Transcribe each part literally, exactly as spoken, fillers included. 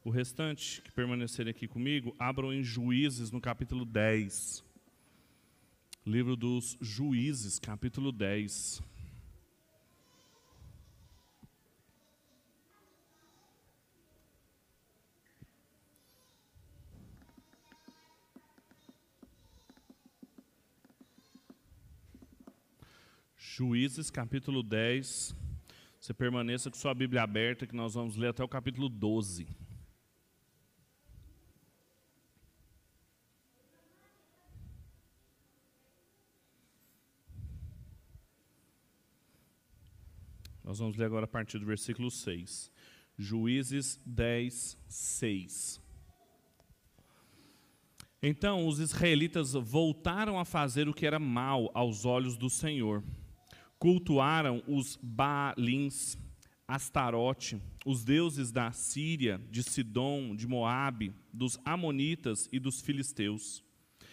O restante que permanecerem aqui comigo, abram em Juízes, no capítulo dez. Livro dos Juízes, capítulo dez. Juízes, capítulo dez. Você permaneça com sua Bíblia aberta, que nós vamos ler até o capítulo doze. Nós vamos ler agora a partir do versículo seis. Juízes dez, seis. Então os israelitas voltaram a fazer o que era mal aos olhos do Senhor. Cultuaram os Baalins, Astarote, os deuses da Síria, de Sidom, de Moabe, dos Amonitas e dos Filisteus.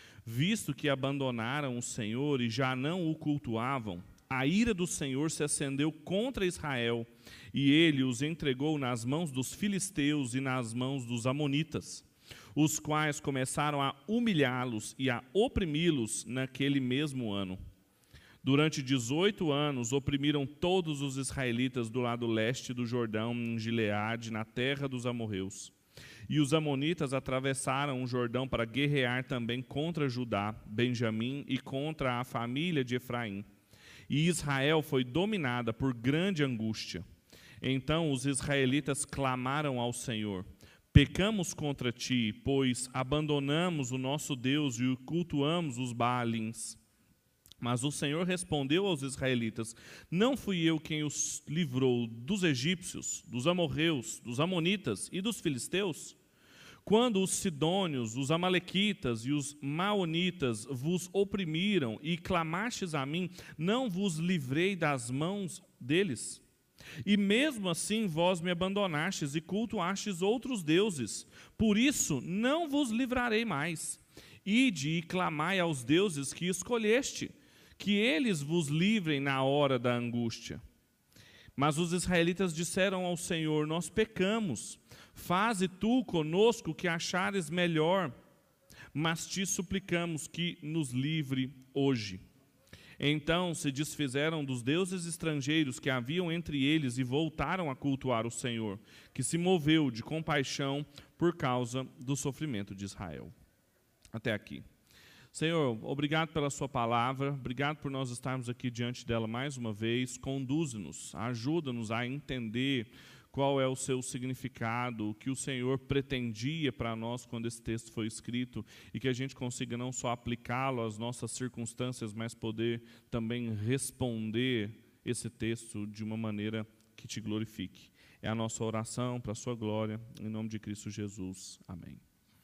Visto que abandonaram o Senhor e já não o cultuavam, a ira do Senhor se acendeu contra Israel, e ele os entregou nas mãos dos filisteus e nas mãos dos amonitas, os quais começaram a humilhá-los e a oprimi-los naquele mesmo ano. Durante dezoito anos, oprimiram todos os israelitas do lado leste do Jordão, em Gileade, na terra dos amorreus. E os amonitas atravessaram o Jordão para guerrear também contra Judá, Benjamim e contra a família de Efraim. E Israel foi dominada por grande angústia. Então os israelitas clamaram ao Senhor: pecamos contra ti, pois abandonamos o nosso Deus e cultuamos os Baalins. Mas o Senhor respondeu aos israelitas: não fui eu quem os livrou dos egípcios, dos amorreus, dos amonitas e dos filisteus? Quando os sidônios, os amalequitas e os maonitas vos oprimiram e clamastes a mim, não vos livrei das mãos deles? E mesmo assim vós me abandonastes e cultuastes outros deuses. Por isso não vos livrarei mais. Ide e clamai aos deuses que escolheste, que eles vos livrem na hora da angústia. Mas os israelitas disseram ao Senhor: nós pecamos, faze tu conosco o que achares melhor, mas te suplicamos que nos livre hoje. Então se desfizeram dos deuses estrangeiros que haviam entre eles e voltaram a cultuar o Senhor, que se moveu de compaixão por causa do sofrimento de Israel. Até aqui. Senhor, obrigado pela sua palavra, obrigado por nós estarmos aqui diante dela mais uma vez. Conduze-nos, ajuda-nos a entender qual é o seu significado, o que o Senhor pretendia para nós quando esse texto foi escrito, e que a gente consiga não só aplicá-lo às nossas circunstâncias, mas poder também responder esse texto de uma maneira que te glorifique. É a nossa oração para a sua glória, em nome de Cristo Jesus. Amém.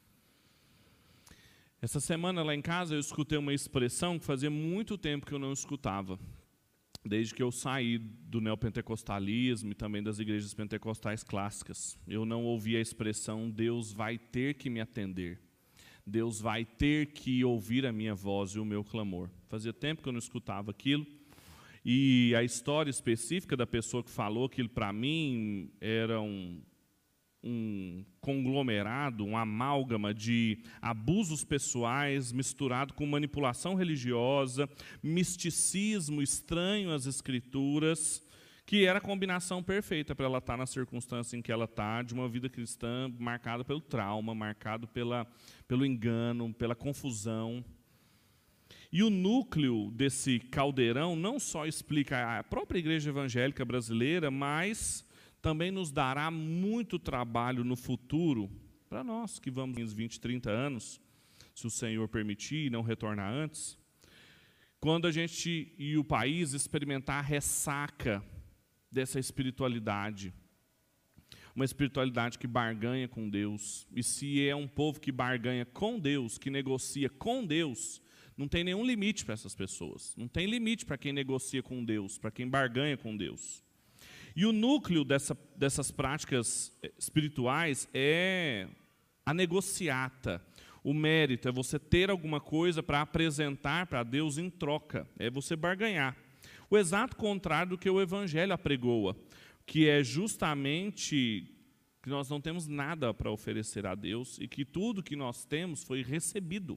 Essa semana lá em casa eu escutei uma expressão que fazia muito tempo que eu não escutava. Desde que eu saí do neopentecostalismo e também das igrejas pentecostais clássicas. Eu não ouvi a expressão Deus vai ter que me atender. Deus vai ter que ouvir a minha voz e o meu clamor. Fazia tempo que eu não escutava aquilo. E a história específica da pessoa que falou aquilo para mim era um... um conglomerado, um amálgama de abusos pessoais misturado com manipulação religiosa, misticismo estranho às Escrituras, que era a combinação perfeita para ela estar na circunstância em que ela está, de uma vida cristã marcada pelo trauma, marcado pela, pelo engano, pela confusão. E o núcleo desse caldeirão não só explica a própria igreja evangélica brasileira, mas também nos dará muito trabalho no futuro, para nós que vamos em vinte, trinta anos, se o Senhor permitir e não retornar antes, quando a gente e o país experimentar a ressaca dessa espiritualidade, uma espiritualidade que barganha com Deus. E se é um povo que barganha com Deus, que negocia com Deus, não tem nenhum limite para essas pessoas, não tem limite para quem negocia com Deus, para quem barganha com Deus. E o núcleo dessa, dessas práticas espirituais é a negociata. O mérito é você ter alguma coisa para apresentar para Deus em troca, é você barganhar. O exato contrário do que o Evangelho apregoa, que é justamente que nós não temos nada para oferecer a Deus e que tudo que nós temos foi recebido.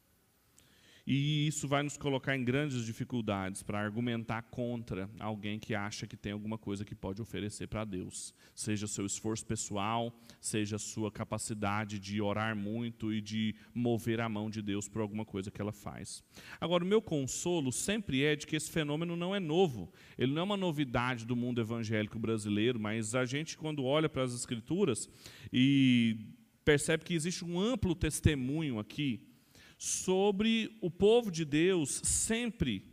E isso vai nos colocar em grandes dificuldades para argumentar contra alguém que acha que tem alguma coisa que pode oferecer para Deus. Seja seu esforço pessoal, seja sua capacidade de orar muito e de mover a mão de Deus por alguma coisa que ela faz. Agora, o meu consolo sempre é de que esse fenômeno não é novo. Ele não é uma novidade do mundo evangélico brasileiro, mas a gente, quando olha para as Escrituras e percebe que existe um amplo testemunho aqui sobre o povo de Deus sempre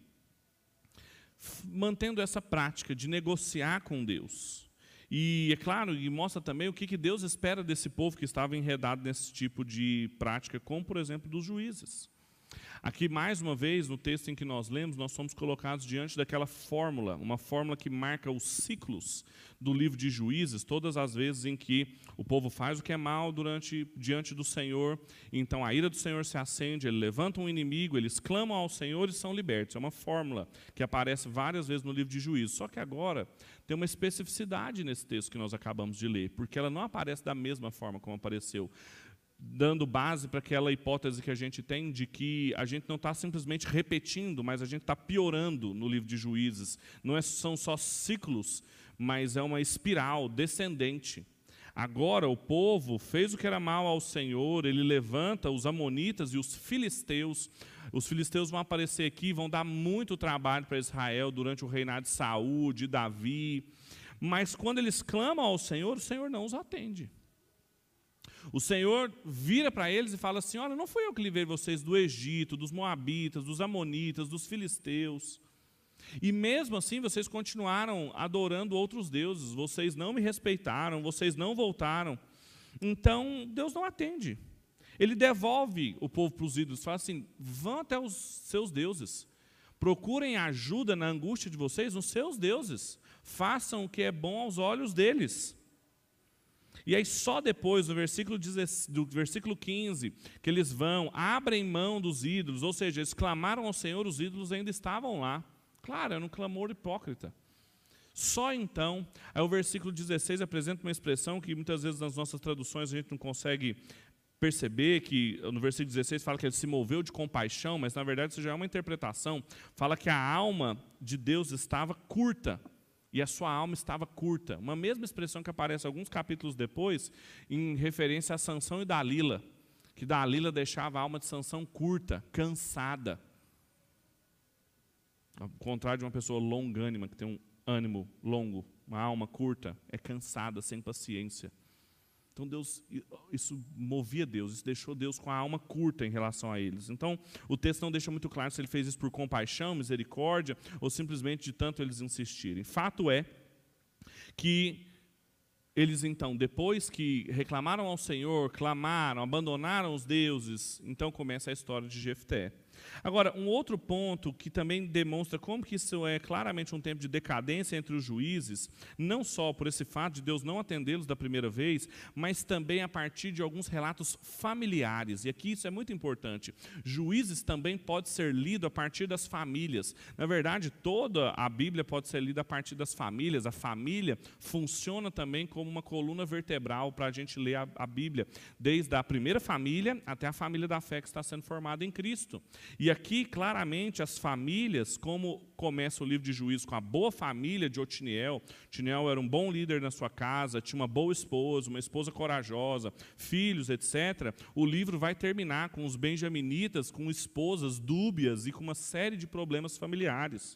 mantendo essa prática de negociar com Deus. E, é claro, e mostra também o que que Deus espera desse povo que estava enredado nesse tipo de prática, como, por exemplo, dos juízes. Aqui, mais uma vez, no texto em que nós lemos, nós somos colocados diante daquela fórmula, uma fórmula que marca os ciclos do livro de Juízes, todas as vezes em que o povo faz o que é mal durante, diante do Senhor, então a ira do Senhor se acende, ele levanta um inimigo, eles clamam ao Senhor e são libertos. É uma fórmula que aparece várias vezes no livro de Juízes, só que agora tem uma especificidade nesse texto que nós acabamos de ler, porque ela não aparece da mesma forma como apareceu, dando base para aquela hipótese que a gente tem de que a gente não está simplesmente repetindo, mas a gente está piorando no livro de Juízes. Não é, são só ciclos, mas é uma espiral descendente. Agora o povo fez o que era mal ao Senhor, ele levanta os amonitas e os filisteus. Os filisteus vão aparecer aqui, vão dar muito trabalho para Israel durante o reinado de Saul, de Davi. Mas quando eles clamam ao Senhor, o Senhor não os atende. O Senhor vira para eles e fala assim: olha, não fui eu que livrei vocês do Egito, dos Moabitas, dos Amonitas, dos Filisteus. E mesmo assim vocês continuaram adorando outros deuses, vocês não me respeitaram, vocês não voltaram. Então Deus não atende. Ele devolve o povo para os ídolos, fala assim: vão até os seus deuses, procurem ajuda na angústia de vocês nos seus deuses, façam o que é bom aos olhos deles. E aí só depois, no versículo, do versículo quinze, que eles vão, abrem mão dos ídolos, ou seja, eles clamaram ao Senhor, os ídolos ainda estavam lá. Claro, era um clamor hipócrita. Só então, aí o versículo dezesseis apresenta uma expressão que muitas vezes nas nossas traduções a gente não consegue perceber, que no versículo dezesseis fala que ele se moveu de compaixão, mas na verdade isso já é uma interpretação, fala que a alma de Deus estava curta, e a sua alma estava curta. Uma mesma expressão que aparece alguns capítulos depois, em referência a Sansão e Dalila, que Dalila deixava a alma de Sansão curta, cansada. Ao contrário de uma pessoa longânima, que tem um ânimo longo, uma alma curta, é cansada, sem paciência. Então Deus, isso movia Deus, isso deixou Deus com a alma curta em relação a eles. Então o texto não deixa muito claro se ele fez isso por compaixão, misericórdia, ou simplesmente de tanto eles insistirem. Fato é que eles então, depois que reclamaram ao Senhor, clamaram, abandonaram os deuses, então começa a história de Jefté. Agora, um outro ponto que também demonstra como que isso é claramente um tempo de decadência entre os juízes, não só por esse fato de Deus não atendê-los da primeira vez, mas também a partir de alguns relatos familiares. E aqui isso é muito importante. Juízes também pode ser lido a partir das famílias. Na verdade, toda a Bíblia pode ser lida a partir das famílias. A família funciona também como uma coluna vertebral para a gente ler a, a Bíblia, desde a primeira família até a família da fé que está sendo formada em Cristo. E aqui, claramente, as famílias, como começa o livro de Juízes com a boa família de Otiniel. Otiniel era um bom líder na sua casa, tinha uma boa esposa, uma esposa corajosa, filhos, etcétera. O livro vai terminar com os benjaminitas, com esposas dúbias e com uma série de problemas familiares.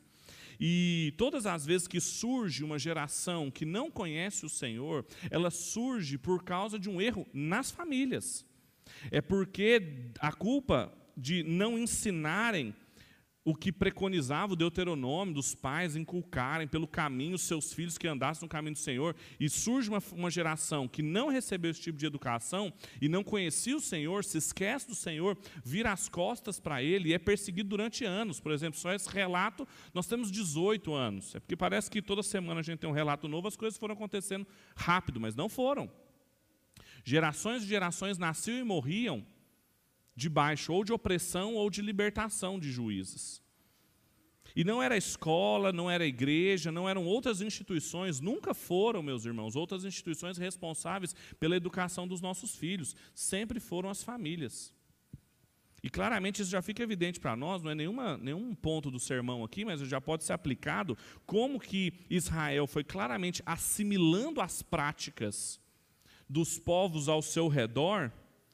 E todas as vezes que surge uma geração que não conhece o Senhor, ela surge por causa de um erro nas famílias. É porque a culpa de não ensinarem o que preconizava o Deuteronômio, dos pais inculcarem pelo caminho os seus filhos que andassem no caminho do Senhor, e surge uma, uma geração que não recebeu esse tipo de educação e não conhecia o Senhor, se esquece do Senhor, vira as costas para Ele e é perseguido durante anos. Por exemplo, só esse relato, nós temos dezoito anos, é porque parece que toda semana a gente tem um relato novo, as coisas foram acontecendo rápido, mas não foram. Gerações e gerações nasciam e morriam debaixo ou de opressão ou de libertação de juízes. E não era a escola, não era a igreja, não eram outras instituições, nunca foram, meus irmãos, outras instituições responsáveis pela educação dos nossos filhos. Sempre foram as famílias. E claramente isso já fica evidente para nós, não é nenhuma, nenhum ponto do sermão aqui, mas já pode ser aplicado, como que Israel foi claramente assimilando as práticas dos povos ao seu redor,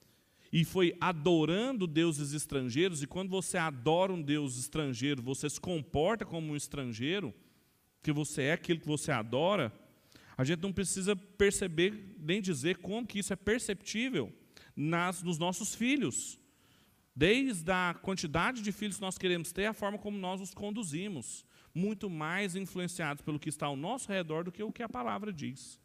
e foi adorando deuses estrangeiros, e quando você adora um deus estrangeiro, você se comporta como um estrangeiro, que você é aquilo que você adora, a gente não precisa perceber, nem dizer como que isso é perceptível nas, nos nossos filhos. Desde a quantidade de filhos que nós queremos ter, a forma como nós os conduzimos, muito mais influenciados pelo que está ao nosso redor do que o que a palavra diz.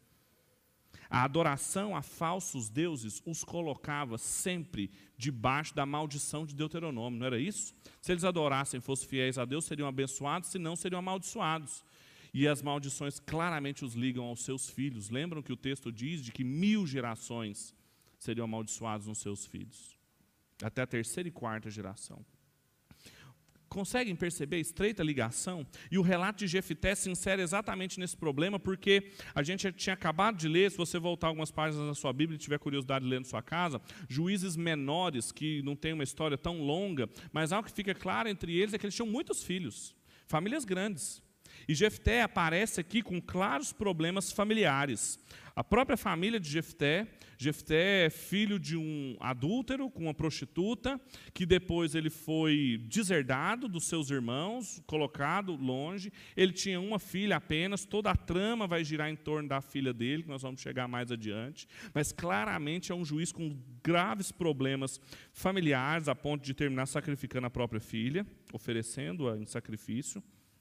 A adoração a falsos deuses os colocava sempre debaixo da maldição de Deuteronômio, não era isso? Se eles adorassem, fossem fiéis a Deus, seriam abençoados, se não, seriam amaldiçoados. E as maldições claramente os ligam aos seus filhos. Lembram que o texto diz de que mil gerações seriam amaldiçoados nos seus filhos? Até a terceira e quarta geração. Conseguem perceber a estreita ligação? E o relato de Jefté se insere exatamente nesse problema, porque a gente tinha acabado de ler, se você voltar algumas páginas da sua Bíblia e tiver curiosidade de ler na sua casa, juízes menores, que não têm uma história tão longa, mas algo que fica claro entre eles é que eles tinham muitos filhos, famílias grandes. E Jefté aparece aqui com claros problemas familiares. A própria família de Jefté, Jefté é filho de um adúltero com uma prostituta, que depois ele foi deserdado dos seus irmãos, colocado longe. Ele tinha uma filha apenas, toda a trama vai girar em torno da filha dele, que nós vamos chegar mais adiante. Mas claramente é um juiz com graves problemas familiares, a ponto de terminar sacrificando a própria filha, oferecendo-a em sacrifício.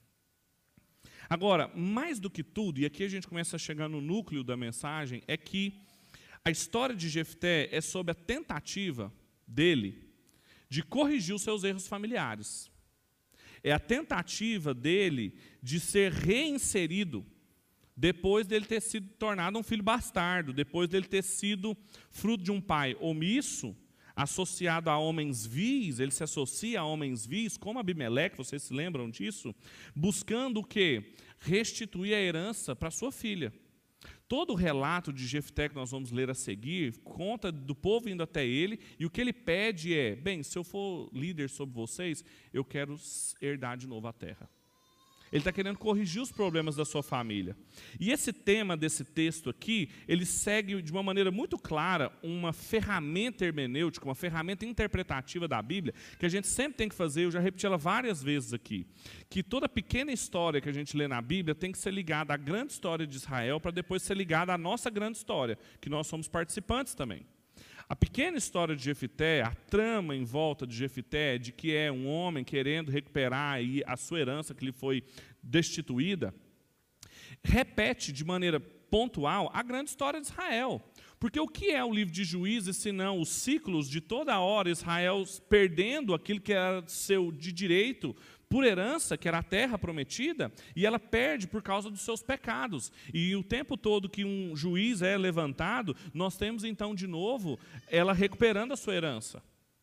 Agora, mais do que tudo, e aqui a gente começa a chegar no núcleo da mensagem, é que a história de Jefté é sobre a tentativa dele de corrigir os seus erros familiares. É a tentativa dele de ser reinserido depois dele ter sido tornado um filho bastardo, depois dele ter sido fruto de um pai omisso, associado a homens vis, ele se associa a homens vis, como Abimeleque, vocês se lembram disso? Buscando o quê? Restituir a herança para sua filha. Todo o relato de Jefté que nós vamos ler a seguir, conta do povo indo até ele, e o que ele pede é, bem, se eu for líder sobre vocês, eu quero herdar de novo a terra. Ele está querendo corrigir os problemas da sua família. E esse tema desse texto aqui, ele segue de uma maneira muito clara uma ferramenta hermenêutica, uma ferramenta interpretativa da Bíblia, que a gente sempre tem que fazer, eu já repeti ela várias vezes aqui, que toda pequena história que a gente lê na Bíblia tem que ser ligada à grande história de Israel, para depois ser ligada à nossa grande história, que nós somos participantes também. A pequena história de Jefté, a trama em volta de Jefté, de que é um homem querendo recuperar aí a sua herança que lhe foi destituída, repete de maneira pontual a grande história de Israel. Porque o que é o livro de Juízes, senão os ciclos de toda hora Israel perdendo aquilo que era seu de direito, por herança, que era a terra prometida, e ela perde por causa dos seus pecados. E o tempo todo que um juiz é levantado, nós temos então de novo ela recuperando a sua herança.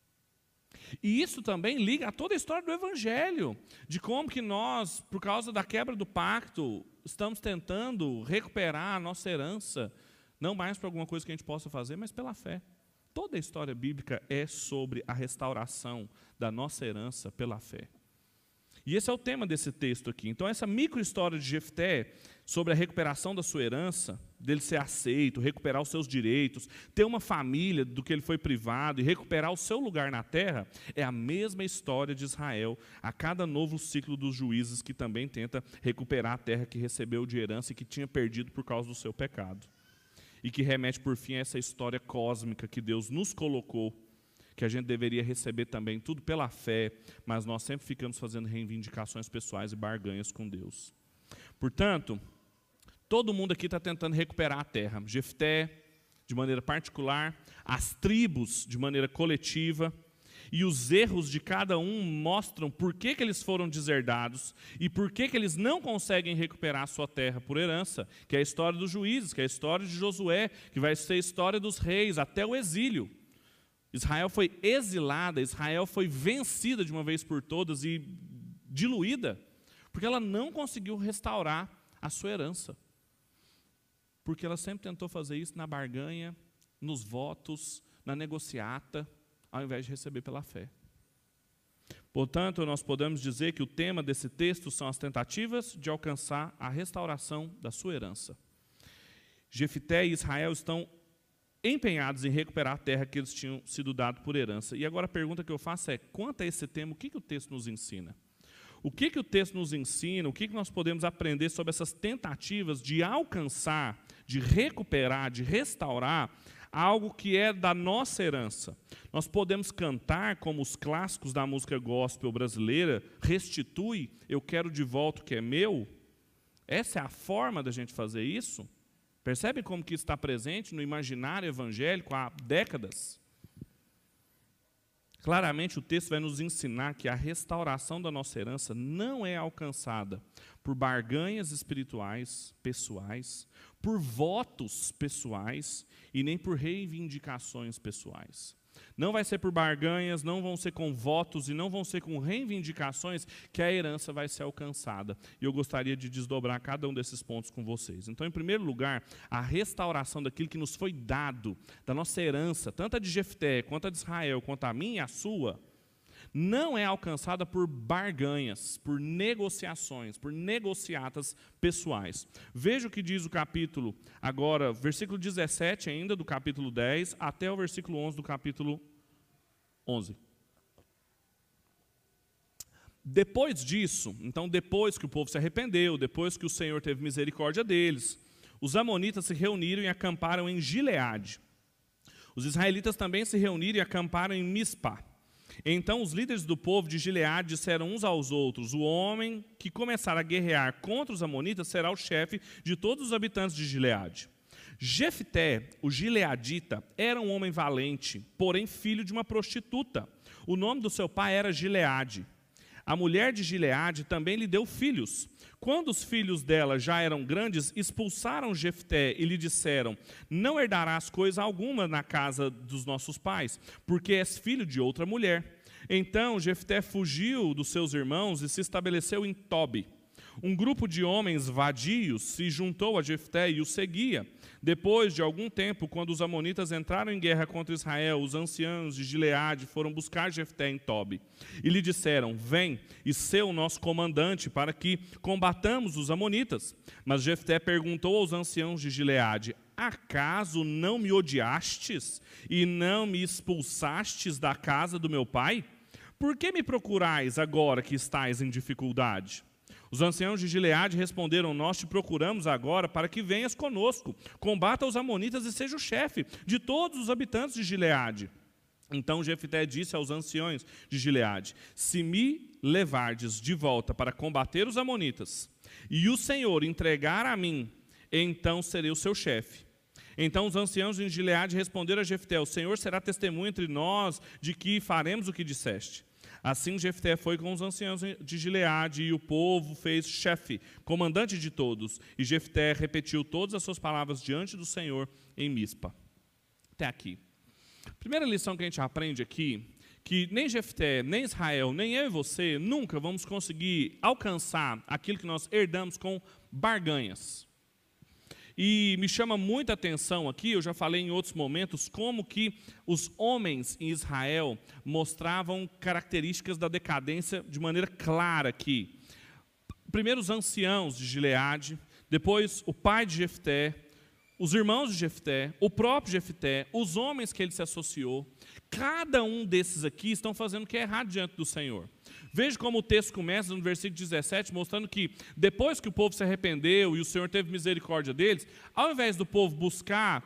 E isso também liga a toda a história do Evangelho, de como que nós, por causa da quebra do pacto, estamos tentando recuperar a nossa herança, não mais por alguma coisa que a gente possa fazer, mas pela fé. Toda a história bíblica é sobre a restauração da nossa herança pela fé. E esse é o tema desse texto aqui. Então, essa micro-história de Jefté, sobre a recuperação da sua herança, dele ser aceito, recuperar os seus direitos, ter uma família do que ele foi privado e recuperar o seu lugar na terra, é a mesma história de Israel, a cada novo ciclo dos juízes que também tenta recuperar a terra que recebeu de herança e que tinha perdido por causa do seu pecado. E que remete, por fim, a essa história cósmica que Deus nos colocou, que a gente deveria receber também tudo pela fé, mas nós sempre ficamos fazendo reivindicações pessoais e barganhas com Deus. Portanto, todo mundo aqui está tentando recuperar a terra. Jefté, de maneira particular, as tribos, de maneira coletiva, e os erros de cada um mostram por que, que eles foram deserdados e por que, que eles não conseguem recuperar a sua terra por herança, que é a história dos juízes, que é a história de Josué, que vai ser a história dos reis, até o exílio. Israel foi exilada, Israel foi vencida de uma vez por todas e diluída Porque ela não conseguiu restaurar a sua herança. Porque ela sempre tentou fazer isso na barganha, nos votos, na negociata, ao invés de receber pela fé. Portanto, nós podemos dizer que o tema desse texto são as tentativas de alcançar a restauração da sua herança. Jefté e Israel estão empenhados em recuperar a terra que eles tinham sido dado por herança. E agora a pergunta que eu faço é, quanto a esse tema, o que, que o texto nos ensina? O que, que o texto nos ensina, o que, que nós podemos aprender sobre essas tentativas de alcançar, de recuperar, de restaurar algo que é da nossa herança? Nós podemos cantar como os clássicos da música gospel brasileira, restitui, eu quero de volta o que é meu? Essa é a forma da gente fazer isso? Percebe como que isso está presente no imaginário evangélico há décadas? Claramente o texto vai nos ensinar que a restauração da nossa herança não é alcançada por barganhas espirituais, pessoais, por votos pessoais e nem por reivindicações pessoais. Não vai ser por barganhas, não vão ser com votos e não vão ser com reivindicações que a herança vai ser alcançada. E eu gostaria de desdobrar cada um desses pontos com vocês. Então, em primeiro lugar, a restauração daquilo que nos foi dado, da nossa herança, tanto a de Jefté, quanto a de Israel, quanto a minha e a sua, não é alcançada por barganhas, por negociações, por negociatas pessoais. Veja o que diz o capítulo, agora, versículo dezessete ainda, do capítulo dez, até o versículo onze do capítulo onze. Depois disso, então depois que o povo se arrependeu, depois que o Senhor teve misericórdia deles, os amonitas se reuniram e acamparam em Gileade. Os israelitas também se reuniram e acamparam em Mispa. Então os líderes do povo de Gileade disseram uns aos outros, o homem que começar a guerrear contra os amonitas será o chefe de todos os habitantes de Gileade. Jefté, o gileadita, era um homem valente, porém filho de uma prostituta. O nome do seu pai era Gileade. A mulher de Gileade também lhe deu filhos. Quando os filhos dela já eram grandes, expulsaram Jefté e lhe disseram, não herdarás coisa alguma na casa dos nossos pais, porque és filho de outra mulher. Então Jefté fugiu dos seus irmãos e se estabeleceu em Tobi. Um grupo de homens vadios se juntou a Jefté e o seguia. Depois de algum tempo, quando os amonitas entraram em guerra contra Israel, os anciãos de Gileade foram buscar Jefté em Tobi. E lhe disseram, vem e sê o nosso comandante para que combatamos os amonitas. Mas Jefté perguntou aos anciãos de Gileade, acaso não me odiastes e não me expulsastes da casa do meu pai? Por que me procurais agora que estáis em dificuldade? Os anciãos de Gileade responderam, nós te procuramos agora para que venhas conosco, combata os amonitas e seja o chefe de todos os habitantes de Gileade. Então Jefté disse aos anciãos de Gileade, se me levardes de volta para combater os amonitas, e o Senhor entregar a mim, então serei o seu chefe. Então os anciãos de Gileade responderam a Jefté, o Senhor será testemunha entre nós de que faremos o que disseste. Assim Jefté foi com os anciãos de Gileade e o povo fez chefe, comandante de todos. E Jefté repetiu todas as suas palavras diante do Senhor em Mispa. Até aqui. Primeira lição que a gente aprende aqui, que nem Jefté, nem Israel, nem eu e você, nunca vamos conseguir alcançar aquilo que nós herdamos com barganhas. E me chama muita atenção aqui, eu já falei em outros momentos, como que os homens em Israel mostravam características da decadência de maneira clara aqui. Primeiro os anciãos de Gileade, depois o pai de Jefté, os irmãos de Jefté, o próprio Jefté, os homens que ele se associou. Cada um desses aqui estão fazendo o que é errado diante do Senhor. Veja como o texto começa no versículo dezessete, mostrando que depois que o povo se arrependeu e o Senhor teve misericórdia deles, ao invés do povo buscar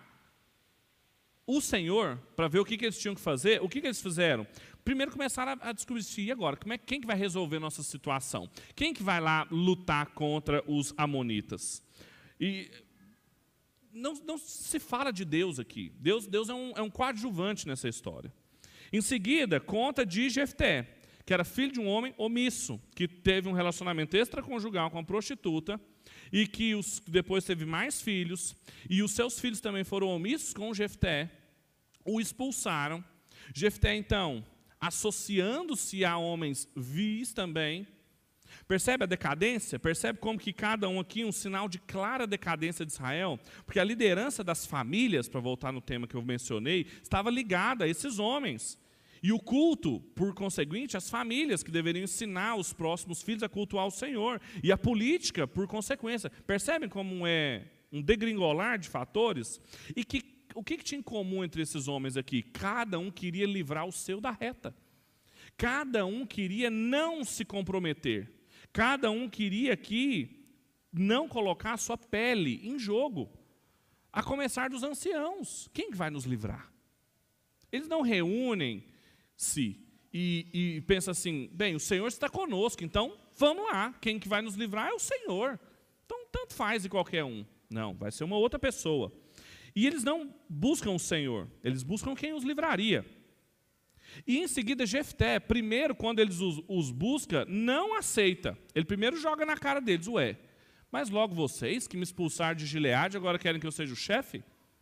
o Senhor para ver o que, que eles tinham que fazer, o que, que eles fizeram? Primeiro começaram a, a descobrir, e agora, como é, quem que vai resolver nossa situação? Quem que vai lá lutar contra os amonitas? E não, não se fala de Deus aqui. Deus, Deus é, um, é um coadjuvante nessa história. Em seguida, conta de Jefté, que era filho de um homem omisso, que teve um relacionamento extraconjugal com uma prostituta, e que os, depois teve mais filhos, e os seus filhos também foram omissos com Jefté, o expulsaram. Jefté, então, associando-se a homens vis também, Percebe a decadência? Percebe como que cada um aqui, um sinal de clara decadência de Israel? Porque a liderança das famílias, para voltar no tema que eu mencionei, estava ligada a esses homens. E o culto, por conseguinte, as famílias que deveriam ensinar os próximos filhos a cultuar o Senhor. E a política, por consequência. Percebem como é um degringolar de fatores? E que, o que, que tinha em comum entre esses homens aqui? Cada um queria livrar o seu da reta. Cada um queria não se comprometer. Cada um queria aqui não colocar a sua pele em jogo. A começar dos anciãos. Quem vai nos livrar? Eles não reúnem-se e, e pensam assim, bem, o Senhor está conosco, então vamos lá. Quem que vai nos livrar é o Senhor. Então, tanto faz de qualquer um. Não, vai ser uma outra pessoa. E eles não buscam o Senhor, eles buscam quem os livraria. E em seguida, Jefté, primeiro, quando eles os, os busca, não aceita. Ele primeiro joga na cara deles, ué, mas logo vocês que me expulsaram de Gileade, agora querem que eu seja o chefe?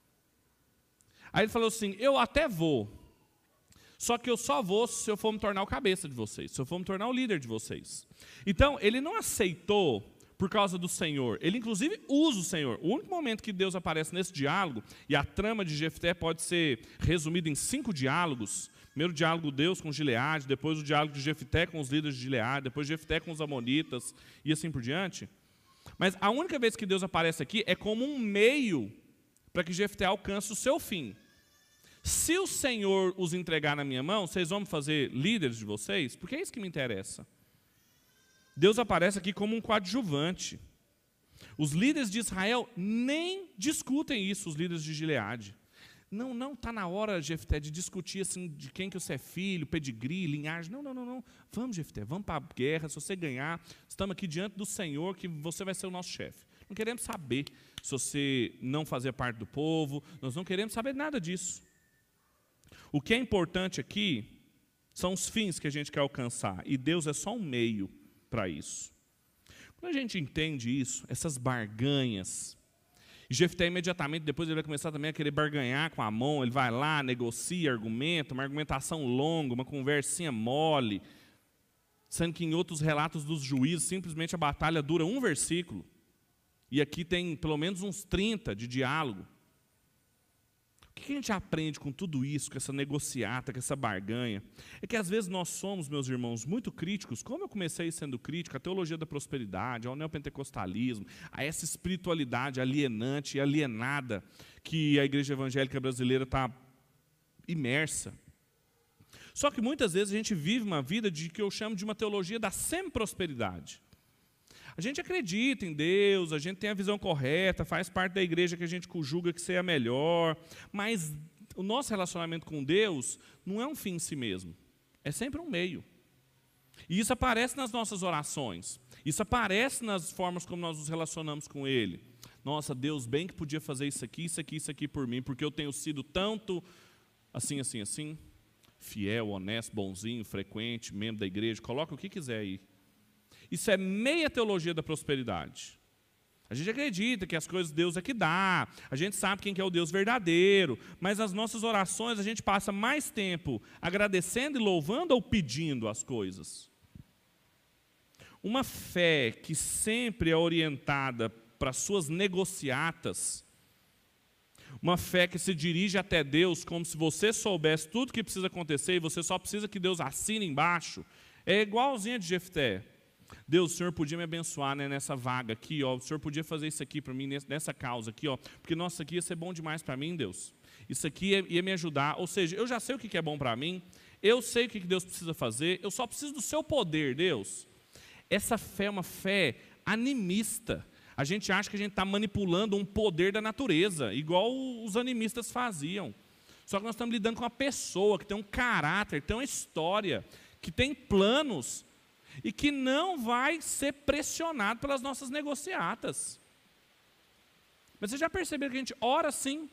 Aí ele falou assim, eu até vou, só que eu só vou se eu for me tornar o cabeça de vocês, se eu for me tornar o líder de vocês. Então, ele não aceitou por causa do Senhor, ele inclusive usa o Senhor. O único momento que Deus aparece nesse diálogo, e a trama de Jefté pode ser resumida em cinco diálogos. Primeiro o diálogo de Deus com Gileade, depois o diálogo de Jefté com os líderes de Gileade, depois Jefté com os amonitas, e assim por diante. Mas a única vez que Deus aparece aqui é como um meio para que Jefté alcance o seu fim. Se o Senhor os entregar na minha mão, vocês vão me fazer líderes de vocês? Porque é isso que me interessa. Deus aparece aqui como um coadjuvante. Os líderes de Israel nem discutem isso, os líderes de Gileade. Não, não está na hora, Jefté, de discutir assim, de quem que você é filho, pedigree, linhagem. Não, não, não, não. Vamos, Jefté, vamos para a guerra. Se você ganhar, estamos aqui diante do Senhor, que você vai ser o nosso chefe. Não queremos saber se você não fazer parte do povo. Nós não queremos saber nada disso. O que é importante aqui são os fins que a gente quer alcançar. E Deus é só um meio para isso. Quando a gente entende isso, essas barganhas... E Jefté imediatamente, depois ele vai começar também a querer barganhar com Amon, ele vai lá, negocia, argumenta, uma argumentação longa, uma conversinha mole, sendo que em outros relatos dos juízes, simplesmente a batalha dura um versículo, e aqui tem pelo menos uns trinta de diálogo. O que a gente aprende com tudo isso, com essa negociata, com essa barganha? É que às vezes nós somos, meus irmãos, muito críticos, como eu comecei sendo crítico à teologia da prosperidade, ao neopentecostalismo, a essa espiritualidade alienante e alienada que a igreja evangélica brasileira está imersa. Só que muitas vezes a gente vive uma vida de que eu chamo de uma teologia da semi-prosperidade. A gente acredita em Deus, a gente tem a visão correta, faz parte da igreja que a gente julga que seja a melhor, mas o nosso relacionamento com Deus não é um fim em si mesmo, é sempre um meio. E isso aparece nas nossas orações, isso aparece nas formas como nós nos relacionamos com Ele. Nossa, Deus, bem que podia fazer isso aqui, isso aqui, isso aqui por mim, porque eu tenho sido tanto assim, assim, assim, fiel, honesto, bonzinho, frequente, membro da igreja, coloca o que quiser aí. Isso é meia teologia da prosperidade. A gente acredita que as coisas de Deus é que dá, a gente sabe quem que é o Deus verdadeiro, mas nas nossas orações a gente passa mais tempo agradecendo e louvando ou pedindo as coisas. Uma fé que sempre é orientada para suas negociatas, uma fé que se dirige até Deus como se você soubesse tudo que precisa acontecer e você só precisa que Deus assine embaixo, é igualzinha de Jefté. Deus, o Senhor podia me abençoar, né, nessa vaga aqui, ó, o Senhor podia fazer isso aqui para mim, nessa causa aqui, ó, porque nossa, isso aqui ia ser bom demais para mim, Deus. Isso aqui ia, ia me ajudar, ou seja, eu já sei o que é bom para mim, eu sei o que Deus precisa fazer, eu só preciso do seu poder, Deus. Essa fé é uma fé animista. A gente acha que a gente está manipulando um poder da natureza, igual os animistas faziam. Só que nós estamos lidando com uma pessoa que tem um caráter, que tem uma história, que tem planos, e que não vai ser pressionado pelas nossas negociatas. Mas você já percebeu que a gente ora assim?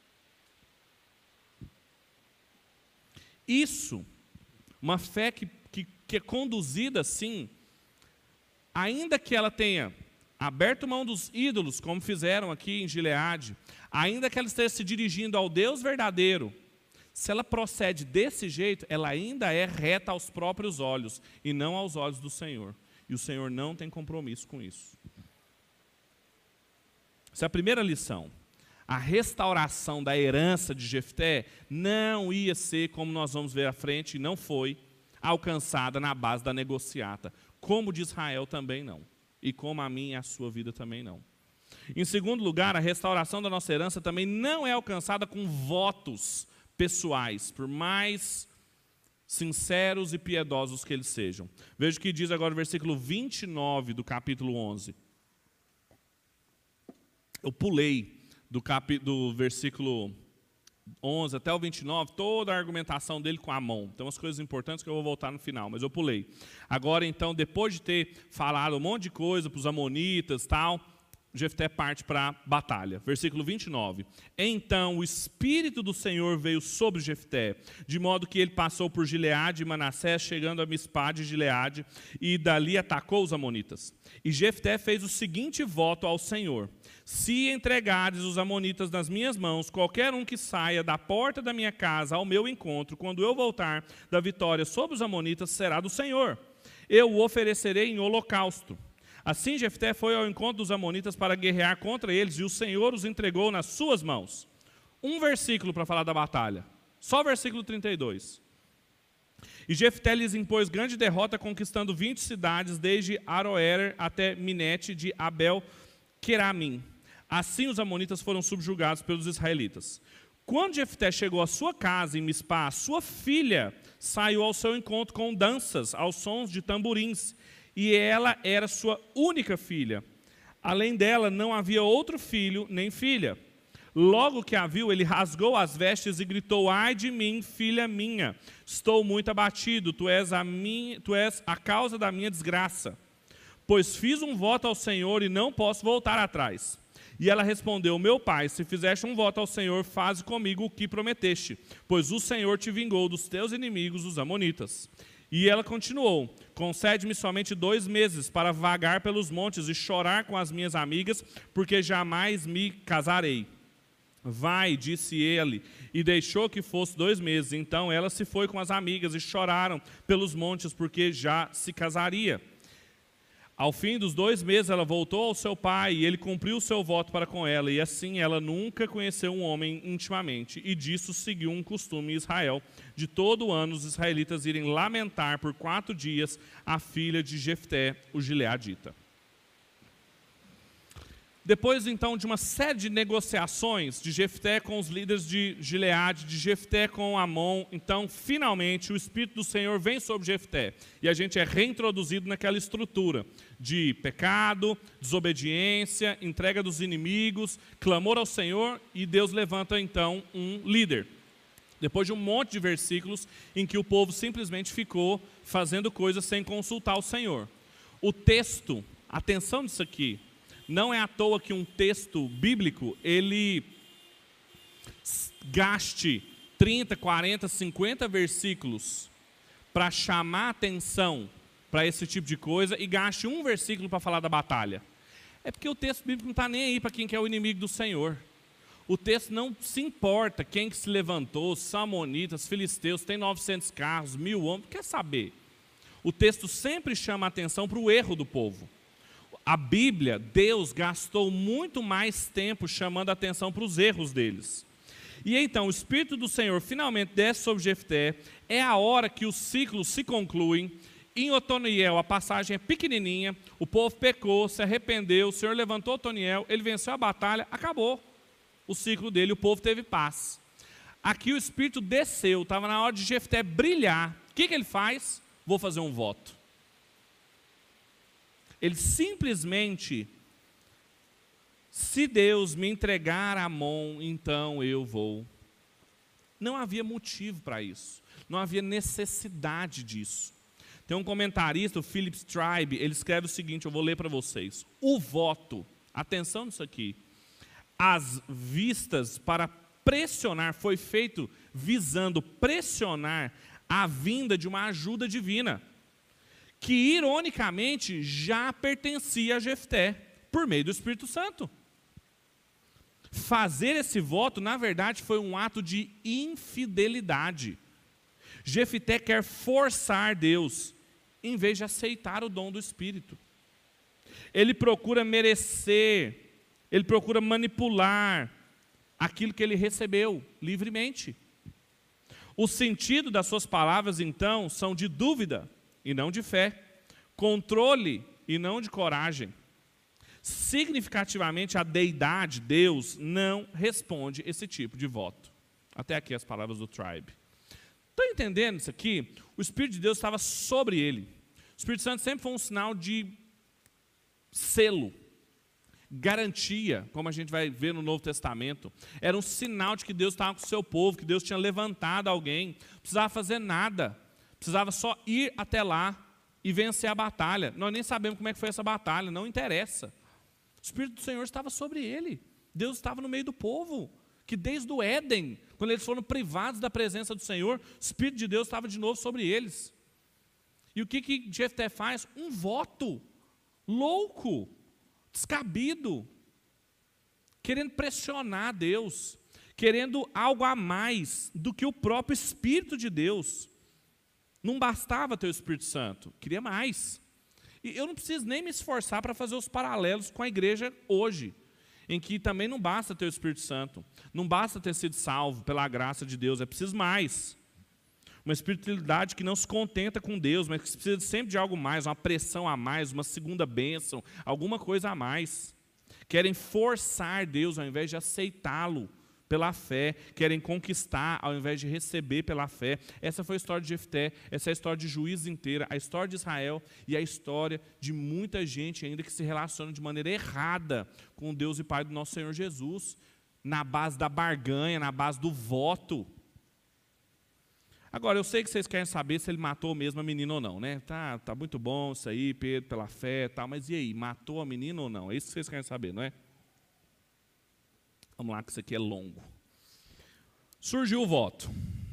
Isso, uma fé que, que, que é conduzida assim, ainda que ela tenha aberto mão dos ídolos, como fizeram aqui em Gileade, ainda que ela esteja se dirigindo ao Deus verdadeiro, se ela procede desse jeito, ela ainda é reta aos próprios olhos e não aos olhos do Senhor. E o Senhor não tem compromisso com isso. Essa é a primeira lição. A restauração da herança de Jefté não ia ser, como nós vamos ver à frente, e não foi alcançada na base da negociata. Como de Israel também não. E como a minha e a sua vida também não. Em segundo lugar, a restauração da nossa herança também não é alcançada com votos pessoais, por mais sinceros e piedosos que eles sejam. Veja o que diz agora o versículo vinte e nove do capítulo onze. Eu pulei do, capi, do versículo onze até o vinte e nove, toda a argumentação dele com Amon. Tem umas coisas importantes que eu vou voltar no final, mas eu pulei. Agora, então, depois de ter falado um monte de coisa para os amonitas e tal, Jefté parte para a batalha. Versículo vinte e nove. Então o Espírito do Senhor veio sobre Jefté, de modo que ele passou por Gileade e Manassés, chegando a Mispá de Gileade, e dali atacou os amonitas. E Jefté fez o seguinte voto ao Senhor: se entregares os amonitas nas minhas mãos, qualquer um que saia da porta da minha casa ao meu encontro, quando eu voltar da vitória sobre os amonitas, será do Senhor. Eu o oferecerei em holocausto. Assim Jefté foi ao encontro dos amonitas para guerrear contra eles, e o Senhor os entregou nas suas mãos. Um versículo para falar da batalha. Só o versículo trinta e dois. E Jefté lhes impôs grande derrota, conquistando vinte cidades, desde Aroer até Minete de Abel-Queramim. Assim os amonitas foram subjugados pelos israelitas. Quando Jefté chegou à sua casa em Mispá, sua filha saiu ao seu encontro com danças, aos sons de tamborins, e ela era sua única filha. Além dela, não havia outro filho nem filha. Logo que a viu, ele rasgou as vestes e gritou: ai de mim, filha minha, estou muito abatido, tu és a, minha, tu és a causa da minha desgraça. Pois fiz um voto ao Senhor e não posso voltar atrás. E ela respondeu: meu pai, se fizeste um voto ao Senhor, faze comigo o que prometeste, pois o Senhor te vingou dos teus inimigos, os amonitas. E ela continuou: concede-me somente dois meses para vagar pelos montes e chorar com as minhas amigas, porque jamais me casarei. Vai, disse ele, e deixou que fosse dois meses. Então ela se foi com as amigas e choraram pelos montes, porque já se casaria. Ao fim dos dois meses, ela voltou ao seu pai, e ele cumpriu o seu voto para com ela, e assim ela nunca conheceu um homem intimamente, e disso seguiu um costume em Israel, de todo ano os israelitas irem lamentar por quatro dias a filha de Jefté, o gileadita. Depois, então, de uma série de negociações de Jefté com os líderes de Gileade, de Jefté com Amon, então, finalmente, o Espírito do Senhor vem sobre Jefté. E a gente é reintroduzido naquela estrutura de pecado, desobediência, entrega dos inimigos, clamor ao Senhor, e Deus levanta, então, um líder. Depois de um monte de versículos em que o povo simplesmente ficou fazendo coisas sem consultar o Senhor. O texto, atenção nisso aqui, não é à toa que um texto bíblico, ele gaste trinta, quarenta, cinquenta versículos para chamar atenção para esse tipo de coisa e gaste um versículo para falar da batalha. É porque o texto bíblico não está nem aí para quem que é o inimigo do Senhor. O texto não se importa quem que se levantou, samonitas, filisteus, tem novecentos carros, mil homens, quer saber. O texto sempre chama atenção para o erro do povo. A Bíblia, Deus gastou muito mais tempo chamando a atenção para os erros deles. E então o Espírito do Senhor finalmente desce sobre Jefté, é a hora que os ciclos se concluem. Em Otoniel a passagem é pequenininha, o povo pecou, se arrependeu, o Senhor levantou Otoniel, ele venceu a batalha, acabou o ciclo dele, o povo teve paz. Aqui o Espírito desceu, estava na hora de Jefté brilhar. O que, que ele faz? Vou fazer um voto. Ele simplesmente, se Deus me entregar Amon, então eu vou. Não havia motivo para isso. Não havia necessidade disso. Tem um comentarista, o Philip Tribe, ele escreve o seguinte, eu vou ler para vocês. O voto, atenção nisso aqui, as vistas para pressionar, foi feito visando pressionar a vinda de uma ajuda divina, que ironicamente já pertencia a Jefté, por meio do Espírito Santo. Fazer esse voto, na verdade, foi um ato de infidelidade. Jefté quer forçar Deus, em vez de aceitar o dom do Espírito. Ele procura merecer, ele procura manipular aquilo que ele recebeu livremente. O sentido das suas palavras, então, são de dúvida e não de fé, controle e não de coragem. Significativamente, a deidade, Deus, não responde esse tipo de voto. Até aqui as palavras do Tribe. Estão entendendo isso aqui? O Espírito de Deus estava sobre ele. O Espírito Santo sempre foi um sinal de selo, garantia, como a gente vai ver no Novo Testamento. Era um sinal de que Deus estava com o seu povo, que Deus tinha levantado alguém. Não precisava fazer nada, precisava só ir até lá e vencer a batalha. Nós nem sabemos como é que foi essa batalha, não interessa. O Espírito do Senhor estava sobre ele. Deus estava no meio do povo, que desde o Éden, quando eles foram privados da presença do Senhor, o Espírito de Deus estava de novo sobre eles. E o que que Jefté faz? Um voto louco, descabido, querendo pressionar Deus, querendo algo a mais do que o próprio Espírito de Deus. Não bastava ter o Espírito Santo, queria mais. E eu não preciso nem me esforçar para fazer os paralelos com a igreja hoje, em que também não basta ter o Espírito Santo, não basta ter sido salvo pela graça de Deus, é preciso mais. Uma espiritualidade que não se contenta com Deus, mas que precisa sempre de algo mais, uma pressão a mais, uma segunda bênção, alguma coisa a mais. Querem forçar Deus ao invés de aceitá-lo pela fé, querem conquistar ao invés de receber pela fé. Essa foi a história de Jefté, essa é a história de Juízes inteira, a história de Israel e a história de muita gente ainda que se relaciona de maneira errada com o Deus e Pai do nosso Senhor Jesus, na base da barganha, na base do voto. Agora, eu sei que vocês querem saber se ele matou mesmo a menina ou não, né? Tá, tá muito bom isso aí, Pedro, pela fé e tal, mas e aí, matou a menina ou não? É isso que vocês querem saber, não é? Vamos lá, que isso aqui é longo. Surgiu o voto.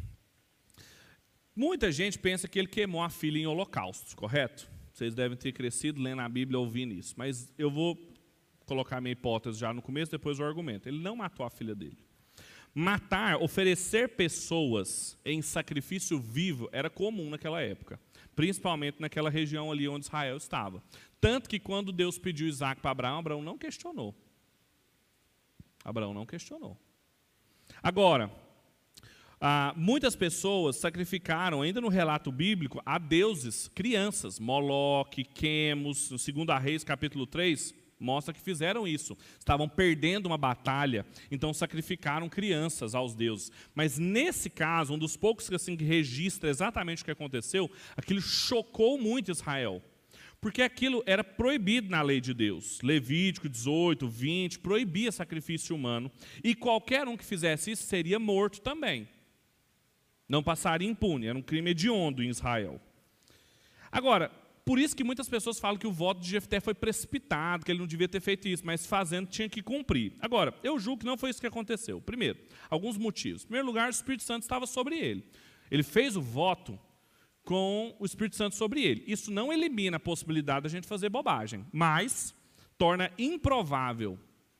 Muita gente pensa que ele queimou a filha em holocaustos, correto? Vocês devem ter crescido lendo a Bíblia, ouvindo isso. Mas eu vou colocar a minha hipótese já no começo, depois o argumento. Ele não matou a filha dele. Matar, oferecer pessoas em sacrifício vivo era comum naquela época, principalmente naquela região ali onde Israel estava. Tanto que quando Deus pediu Isaac para Abraão, Abraão não questionou. Abraão não questionou. Agora, ah, muitas pessoas sacrificaram, ainda no relato bíblico, a deuses, crianças, Moloque, Quemos, no segundo Reis, capítulo três, mostra que fizeram isso. Estavam perdendo uma batalha, então sacrificaram crianças aos deuses. Mas nesse caso, um dos poucos assim, que registra exatamente o que aconteceu, aquilo chocou muito Israel. Porque aquilo era proibido na lei de Deus. Levítico dezoito, vinte, proibia sacrifício humano. E qualquer um que fizesse isso seria morto também. Não passaria impune, era um crime hediondo em Israel. Agora, por isso que muitas pessoas falam que o voto de Jefté foi precipitado, que ele não devia ter feito isso, mas fazendo tinha que cumprir. Agora, eu julgo que não foi isso que aconteceu. Primeiro, alguns motivos. Em primeiro lugar, o Espírito Santo estava sobre ele. Ele fez o voto com o Espírito Santo sobre ele. Isso não elimina a possibilidade da gente fazer bobagem, mas torna improvável.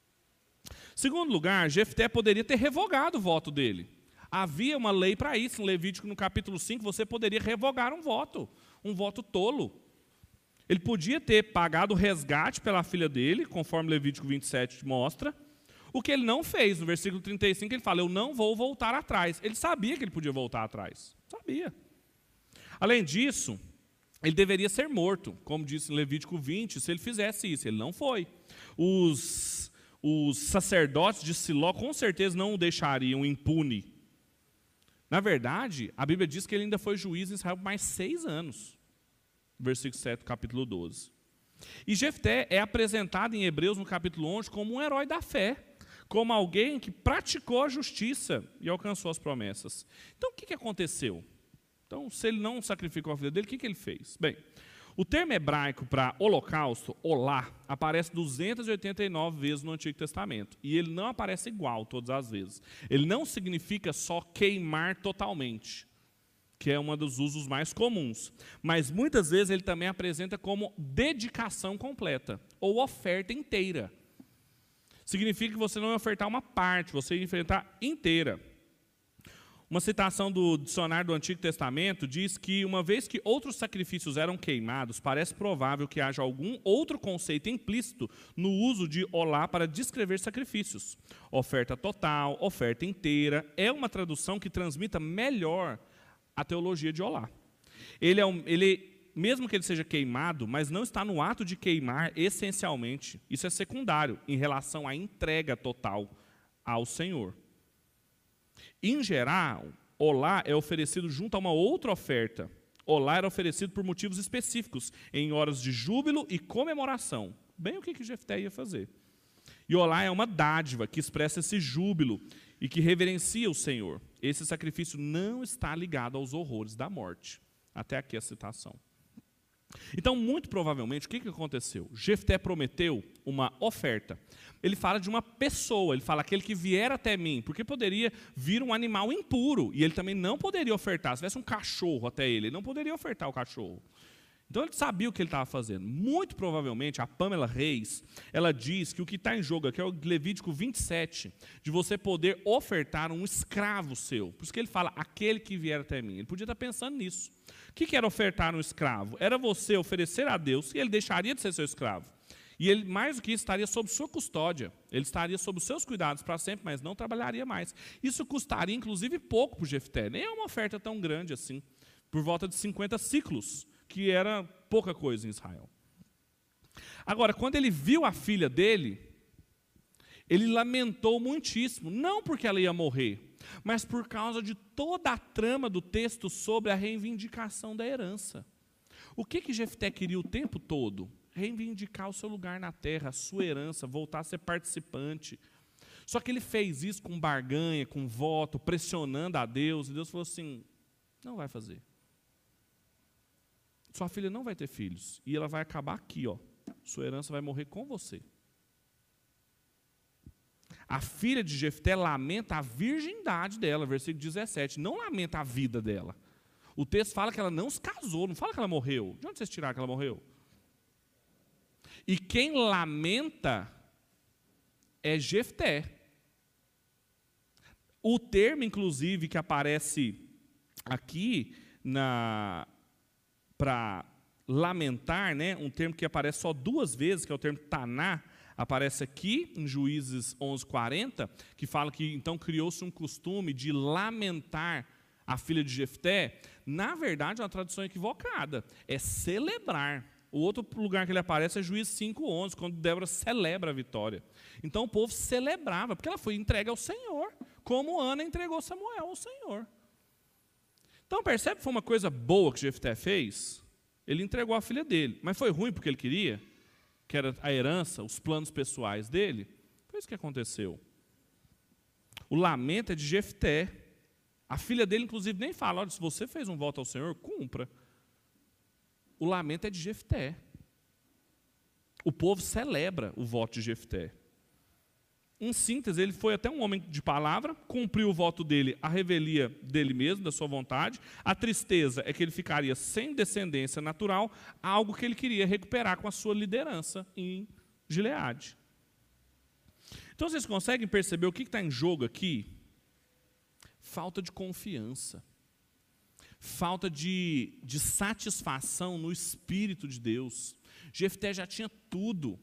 Segundo lugar, Jefté poderia ter revogado o voto dele. Havia uma lei para isso. Em Levítico, no capítulo cinco, você poderia revogar um voto, um voto tolo. Ele podia ter pagado o resgate pela filha dele, conforme Levítico vinte e sete mostra. O que ele não fez, no versículo trinta e cinco, ele fala, eu não vou voltar atrás. Ele sabia que ele podia voltar atrás. Sabia. Além disso, ele deveria ser morto, como disse em Levítico vinte, se ele fizesse isso. Ele não foi. Os, os sacerdotes de Siló, com certeza, não o deixariam impune. Na verdade, a Bíblia diz que ele ainda foi juiz em Israel por mais seis anos. Versículo sete, capítulo doze. E Jefté é apresentado em Hebreus, no capítulo onze, como um herói da fé, como alguém que praticou a justiça e alcançou as promessas. Então, o que que aconteceu? Então, se ele não sacrificou a filha dele, o que que ele fez? Bem, o termo hebraico para holocausto, olá, aparece duzentas e oitenta e nove vezes no Antigo Testamento. E ele não aparece igual todas as vezes. Ele não significa só queimar totalmente, que é um dos usos mais comuns. Mas muitas vezes ele também apresenta como dedicação completa, ou oferta inteira. Significa que você não vai ofertar uma parte, você vai ofertar inteira. Uma citação do dicionário do Antigo Testamento diz que, uma vez que outros sacrifícios eram queimados, parece provável que haja algum outro conceito implícito no uso de olá para descrever sacrifícios. Oferta total, oferta inteira, é uma tradução que transmita melhor a teologia de olá. Ele é um, ele, mesmo que ele seja queimado, mas não está no ato de queimar essencialmente. Isso é secundário em relação à entrega total ao Senhor. Em geral, olá é oferecido junto a uma outra oferta. Olá era oferecido por motivos específicos, em horas de júbilo e comemoração. Bem o que que Jefté ia fazer. E olá é uma dádiva que expressa esse júbilo e que reverencia o Senhor. Esse sacrifício não está ligado aos horrores da morte. Até aqui a citação. Então, muito provavelmente, o que que aconteceu? Jefté prometeu uma oferta. Ele fala de uma pessoa, ele fala aquele que vier até mim, porque poderia vir um animal impuro, e ele também não poderia ofertar. Se tivesse um cachorro até ele, ele não poderia ofertar o cachorro. Então ele sabia o que ele estava fazendo. Muito provavelmente, a Pamela Reis, ela diz que o que está em jogo aqui é o Levítico vinte e sete, de você poder ofertar um escravo seu. Por isso que ele fala, aquele que vier até mim. Ele podia estar pensando nisso. O que era ofertar um escravo? Era você oferecer a Deus e ele deixaria de ser seu escravo. E ele, mais do que isso, estaria sob sua custódia. Ele estaria sob os seus cuidados para sempre, mas não trabalharia mais. Isso custaria, inclusive, pouco para o Jefté. Nem é uma oferta tão grande assim. Por volta de cinquenta ciclos, que era pouca coisa em Israel. Agora, quando ele viu a filha dele, ele lamentou muitíssimo. Não porque ela ia morrer, mas por causa de toda a trama do texto sobre a reivindicação da herança. O que que Jefté queria o tempo todo? Reivindicar o seu lugar na terra, a sua herança, voltar a ser participante. Só que ele fez isso com barganha, com voto, pressionando a Deus, e Deus falou assim, não vai fazer. Sua filha não vai ter filhos, e ela vai acabar aqui, ó. Sua herança vai morrer com você. A filha de Jefté lamenta a virgindade dela, versículo dezessete, não lamenta a vida dela. O texto fala que ela não se casou, não fala que ela morreu. De onde vocês tiraram que ela morreu? E quem lamenta é Jefté. O termo, inclusive, que aparece aqui para lamentar, né, um termo que aparece só duas vezes, que é o termo taná, aparece aqui em Juízes onze, quarenta, que fala que então criou-se um costume de lamentar a filha de Jefté. Na verdade, é uma tradução equivocada, é celebrar. O outro lugar que ele aparece é Juízes cinco, onze, quando Débora celebra a vitória. Então o povo celebrava, porque ela foi entregue ao Senhor, como Ana entregou Samuel ao Senhor. Então percebe que foi uma coisa boa que Jefté fez? Ele entregou a filha dele, mas foi ruim porque ele queria, que era a herança, os planos pessoais dele. Foi isso que aconteceu. O lamento é de Jefté. A filha dele, inclusive, nem fala, olha, se você fez um voto ao Senhor, cumpra. O lamento é de Jefté. O povo celebra o voto de Jefté. Em síntese, ele foi até um homem de palavra, cumpriu o voto dele, a revelia dele mesmo, da sua vontade. A tristeza é que ele ficaria sem descendência natural, algo que ele queria recuperar com a sua liderança em Gileade. Então, vocês conseguem perceber o que está em jogo aqui? Falta de confiança. Falta de, de satisfação no Espírito de Deus. Jefté já tinha tudo.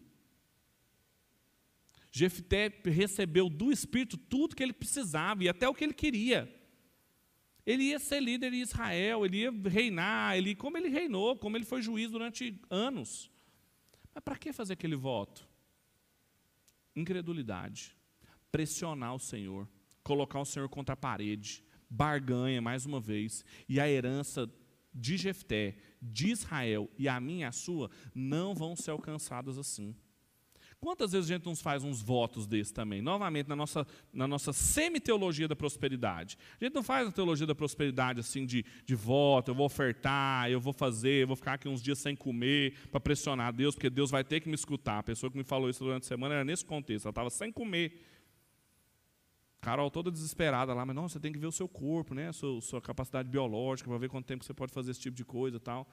Jefté recebeu do Espírito tudo que ele precisava e até o que ele queria. Ele ia ser líder em Israel, ele ia reinar, ele, como ele reinou, como ele foi juiz durante anos. Mas para que fazer aquele voto? Incredulidade, pressionar o Senhor, colocar o Senhor contra a parede, barganha mais uma vez, e a herança de Jefté, de Israel, e a minha e a sua, não vão ser alcançadas assim. Quantas vezes a gente nos faz uns votos desses também? Novamente, na nossa, na nossa semi-teologia da prosperidade. A gente não faz a teologia da prosperidade assim de, de voto, eu vou ofertar, eu vou fazer, eu vou ficar aqui uns dias sem comer para pressionar Deus, porque Deus vai ter que me escutar. A pessoa que me falou isso durante a semana era nesse contexto, ela estava sem comer. Carol toda desesperada lá, mas não, você tem que ver o seu corpo, né, a sua, sua capacidade biológica, para ver quanto tempo você pode fazer esse tipo de coisa e tal.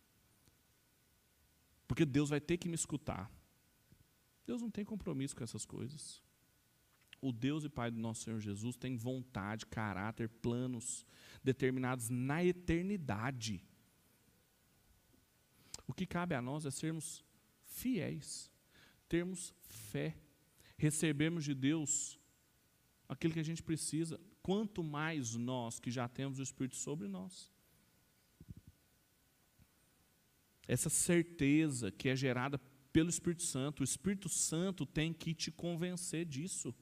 Porque Deus vai ter que me escutar. Deus não tem compromisso com essas coisas. o Deus e Pai do nosso Senhor Jesus tem vontade, caráter, planos determinados na eternidade. O que cabe a nós é sermos fiéis, termos fé, recebermos de Deus aquilo que a gente precisa, quanto mais nós que já temos o Espírito sobre nós. Essa certeza que é gerada pelo Espírito Santo, o Espírito Santo tem que te convencer disso.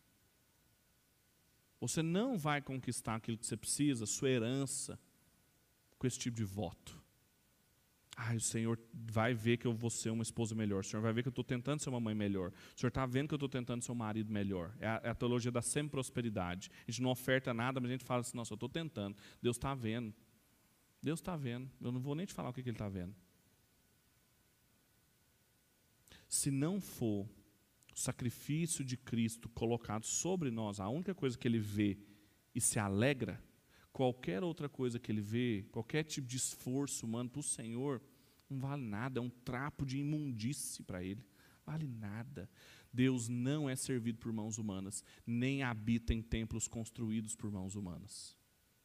Você não vai conquistar aquilo que você precisa, sua herança, com esse tipo de voto. Ah, o Senhor vai ver que eu vou ser uma esposa melhor. O Senhor vai ver que eu estou tentando ser uma mãe melhor. O Senhor está vendo que eu estou tentando ser um marido melhor. É a, é a teologia da semi-prosperidade. A gente não oferta nada, mas a gente fala assim, nossa, eu estou tentando. Deus está vendo. Deus está vendo. Eu não vou nem te falar o que, que Ele está vendo. Se não for o sacrifício de Cristo colocado sobre nós, a única coisa que Ele vê e se alegra, qualquer outra coisa que Ele vê, qualquer tipo de esforço humano para o Senhor, não vale nada, é um trapo de imundície para Ele, vale nada. Deus não é servido por mãos humanas, nem habita em templos construídos por mãos humanas.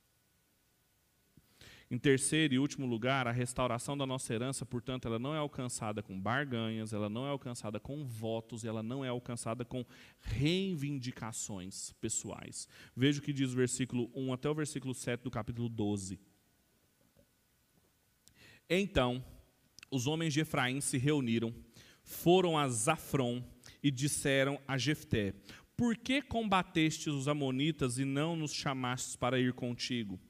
Em terceiro e último lugar, a restauração da nossa herança, portanto, ela não é alcançada com barganhas, ela não é alcançada com votos, ela não é alcançada com reivindicações pessoais. Veja o que diz o versículo um até o versículo sete do capítulo doze. Então, os homens de Efraim se reuniram, foram a Zafron e disseram a Jefté: por que combatestes os amonitas e não nos chamastes para ir contigo?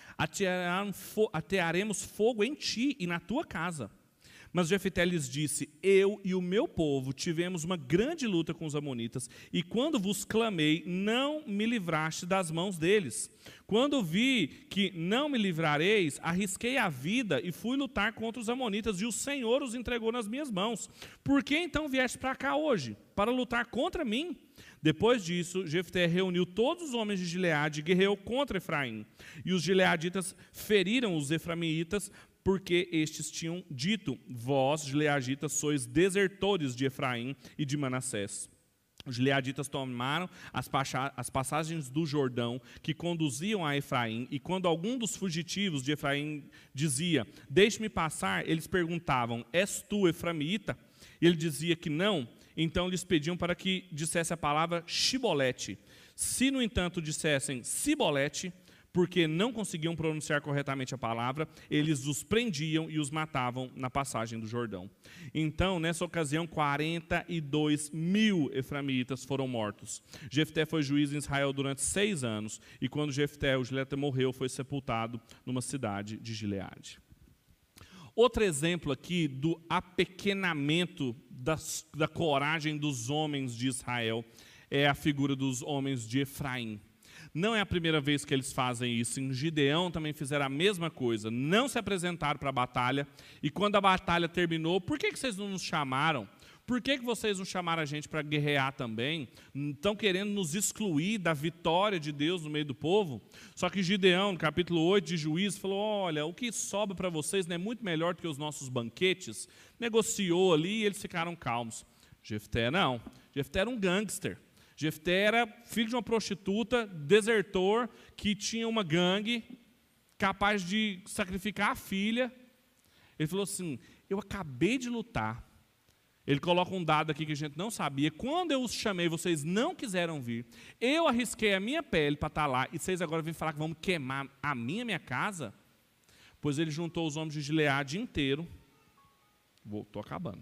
Atearemos fogo em ti e na tua casa. Mas Jefté lhes disse: eu e o meu povo tivemos uma grande luta com os amonitas, e quando vos clamei, não me livraste das mãos deles. Quando vi que não me livrareis, arrisquei a vida e fui lutar contra os amonitas, e o Senhor os entregou nas minhas mãos. Por que então vieste para cá hoje? Para lutar contra mim? Depois disso, Jefté reuniu todos os homens de Gileade e guerreou contra Efraim. E os gileaditas feriram os efraimitas, porque estes tinham dito: vós, gileaditas, sois desertores de Efraim e de Manassés. Os gileaditas tomaram as, as passagens do Jordão que conduziam a Efraim, e quando algum dos fugitivos de Efraim dizia: deixe-me passar, eles perguntavam: és tu efraimita? E ele dizia que não. Então lhes pediam para que dissesse a palavra Shibolete. Se, no entanto, dissessem Sibolete, porque não conseguiam pronunciar corretamente a palavra, eles os prendiam e os matavam na passagem do Jordão. Então, nessa ocasião, quarenta e dois mil efraimitas foram mortos. Jefté foi juiz em Israel durante seis anos, e quando Jefté, o gileadita, morreu, foi sepultado numa cidade de Gileade. Outro exemplo aqui do apequenamento das, da coragem dos homens de Israel é a figura dos homens de Efraim. Não é a primeira vez que eles fazem isso. Em Gideão também fizeram a mesma coisa. Não se apresentaram para a batalha. E quando a batalha terminou, por que, que vocês não nos chamaram? Por que, que vocês não chamaram a gente para guerrear também? Estão querendo nos excluir da vitória de Deus no meio do povo? Só que Gideão, no capítulo oito de Juízes, falou: olha, o que sobra para vocês não é muito melhor do que os nossos banquetes? Negociou ali e eles ficaram calmos. Jefté não. Jefté era um gangster. Jefté era filho de uma prostituta, desertor, que tinha uma gangue, capaz de sacrificar a filha. Ele falou assim: eu acabei de lutar. Ele coloca um dado aqui que a gente não sabia. Quando eu os chamei, vocês não quiseram vir. Eu arrisquei a minha pele para estar lá, e vocês agora vêm falar que vão queimar a minha, minha casa? Pois ele juntou os homens de Gileade inteiro. Estou acabando.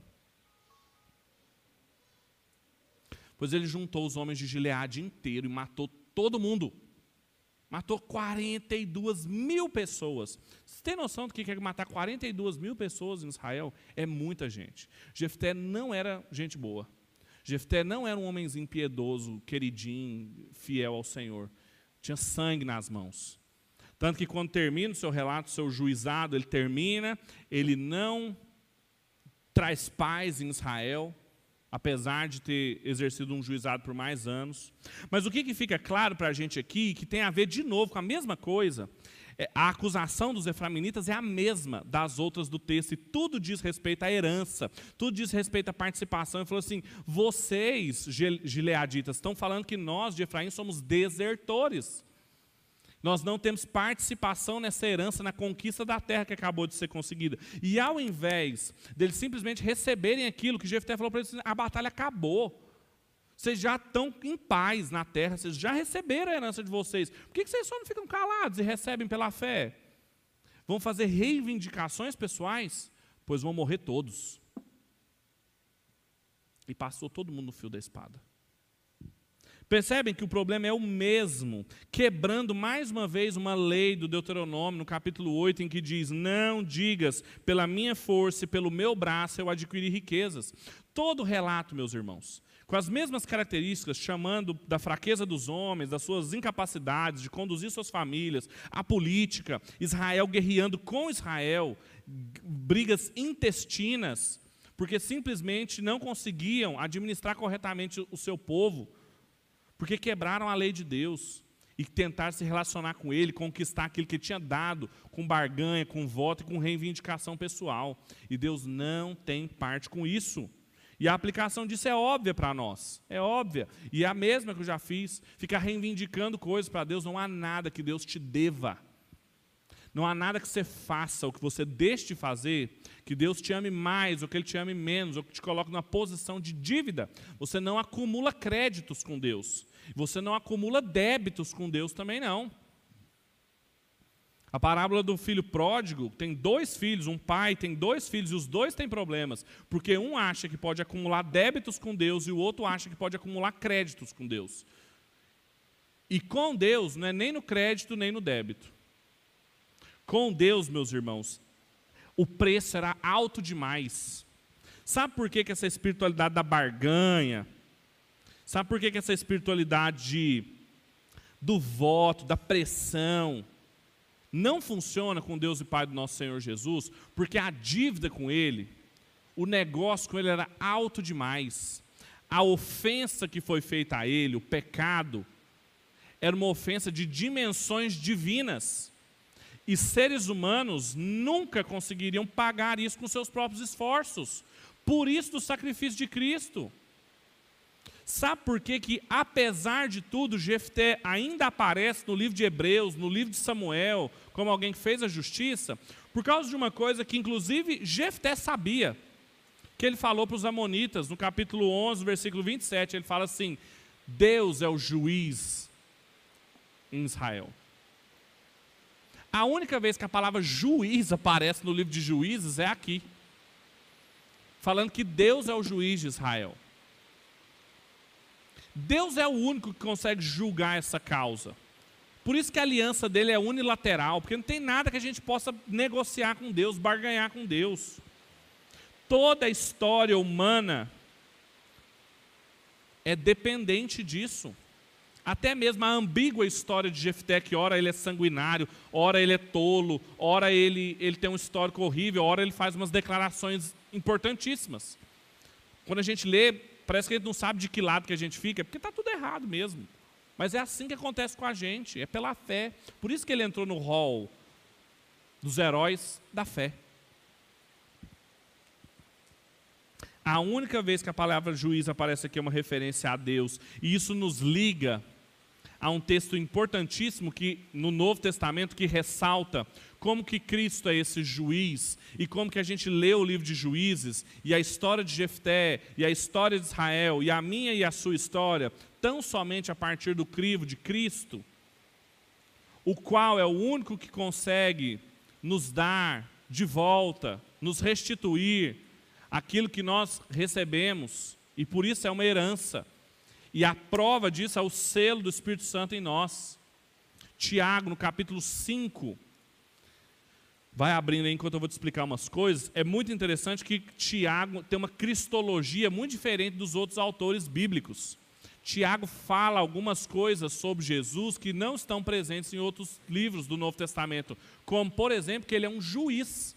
Pois ele juntou os homens de Gileade inteiro e matou todo mundo. Matou quarenta e duas mil pessoas. Você tem noção do que é matar quarenta e duas mil pessoas em Israel? É muita gente. Jefté não era gente boa. Jefté não era um homenzinho piedoso, queridinho, fiel ao Senhor. Tinha sangue nas mãos. Tanto que quando termina o seu relato, o seu juizado, ele termina, ele não traz paz em Israel, apesar de ter exercido um juizado por mais anos. Mas o que, que fica claro para a gente aqui, que tem a ver de novo com a mesma coisa, É, a acusação dos efraimitas é a mesma das outras do texto, e tudo diz respeito à herança, tudo diz respeito à participação. Ele falou assim: vocês, gileaditas, estão falando que nós de Efraim somos desertores. Nós não temos participação nessa herança, na conquista da terra que acabou de ser conseguida. E ao invés deles simplesmente receberem aquilo que Jefté falou para eles, a batalha acabou. Vocês já estão em paz na terra, vocês já receberam a herança de vocês. Por que vocês só não ficam calados e recebem pela fé? Vão fazer reivindicações pessoais? Pois vão morrer todos. E passou todo mundo no fio da espada. Percebem que o problema é o mesmo, quebrando mais uma vez uma lei do Deuteronômio, no capítulo oito, em que diz: não digas, pela minha força e pelo meu braço eu adquiri riquezas. Todo relato, meus irmãos, com as mesmas características, chamando da fraqueza dos homens, das suas incapacidades de conduzir suas famílias, a política, Israel guerreando com Israel, brigas intestinas, porque simplesmente não conseguiam administrar corretamente o seu povo, porque quebraram a lei de Deus e tentaram se relacionar com Ele, conquistar aquilo que Ele tinha dado, com barganha, com voto e com reivindicação pessoal. E Deus não tem parte com isso. E a aplicação disso é óbvia para nós, é óbvia. E é a mesma que eu já fiz, ficar reivindicando coisas para Deus. Não há nada que Deus te deva. Não há nada que você faça, ou que você deixe de fazer, que Deus te ame mais, ou que Ele te ame menos, ou que te coloque numa posição de dívida. Você não acumula créditos com Deus. Você não acumula débitos com Deus também não. A parábola do filho pródigo tem dois filhos, um pai tem dois filhos, e os dois têm problemas, porque um acha que pode acumular débitos com Deus, e o outro acha que pode acumular créditos com Deus. E com Deus não é nem no crédito, nem no débito. Com Deus, meus irmãos, o preço era alto demais. Sabe por que, que essa espiritualidade da barganha, sabe por que, que essa espiritualidade de, do voto, da pressão, não funciona com Deus e Pai do nosso Senhor Jesus? Porque a dívida com Ele, o negócio com Ele era alto demais. A ofensa que foi feita a Ele, o pecado, era uma ofensa de dimensões divinas. E seres humanos nunca conseguiriam pagar isso com seus próprios esforços. Por isso do sacrifício de Cristo. Sabe por que que, apesar de tudo, Jefté ainda aparece no livro de Hebreus, no livro de Samuel, como alguém que fez a justiça? Por causa de uma coisa que, inclusive, Jefté sabia. Que ele falou para os amonitas, no capítulo onze, versículo vinte e sete, ele fala assim: Deus é o juiz em Israel. A única vez que a palavra juiz aparece no livro de Juízes é aqui. Falando que Deus é o juiz de Israel. Deus é o único que consegue julgar essa causa. Por isso que a aliança dele é unilateral, porque não tem nada que a gente possa negociar com Deus, barganhar com Deus. Toda a história humana é dependente disso. Até mesmo a ambígua história de Jefté, que ora ele é sanguinário, ora ele é tolo, ora ele, ele tem um histórico horrível, ora ele faz umas declarações importantíssimas. Quando a gente lê, parece que a gente não sabe de que lado que a gente fica, porque está tudo errado mesmo. Mas é assim que acontece com a gente, é pela fé. Por isso que ele entrou no hall dos heróis da fé. A única vez que a palavra juiz aparece aqui é uma referência a Deus, e isso nos liga a um texto importantíssimo que, no Novo Testamento, que ressalta como que Cristo é esse juiz, e como que a gente lê o livro de Juízes, e a história de Jefté, e a história de Israel, e a minha e a sua história, tão somente a partir do crivo de Cristo, o qual é o único que consegue nos dar de volta, nos restituir aquilo que nós recebemos, e por isso é uma herança. E a prova disso é o selo do Espírito Santo em nós. Tiago, no capítulo cinco, vai abrindo aí enquanto eu vou te explicar umas coisas. É muito interessante que Tiago tem uma cristologia muito diferente dos outros autores bíblicos. Tiago fala algumas coisas sobre Jesus que não estão presentes em outros livros do Novo Testamento, como, por exemplo, que ele é um juiz.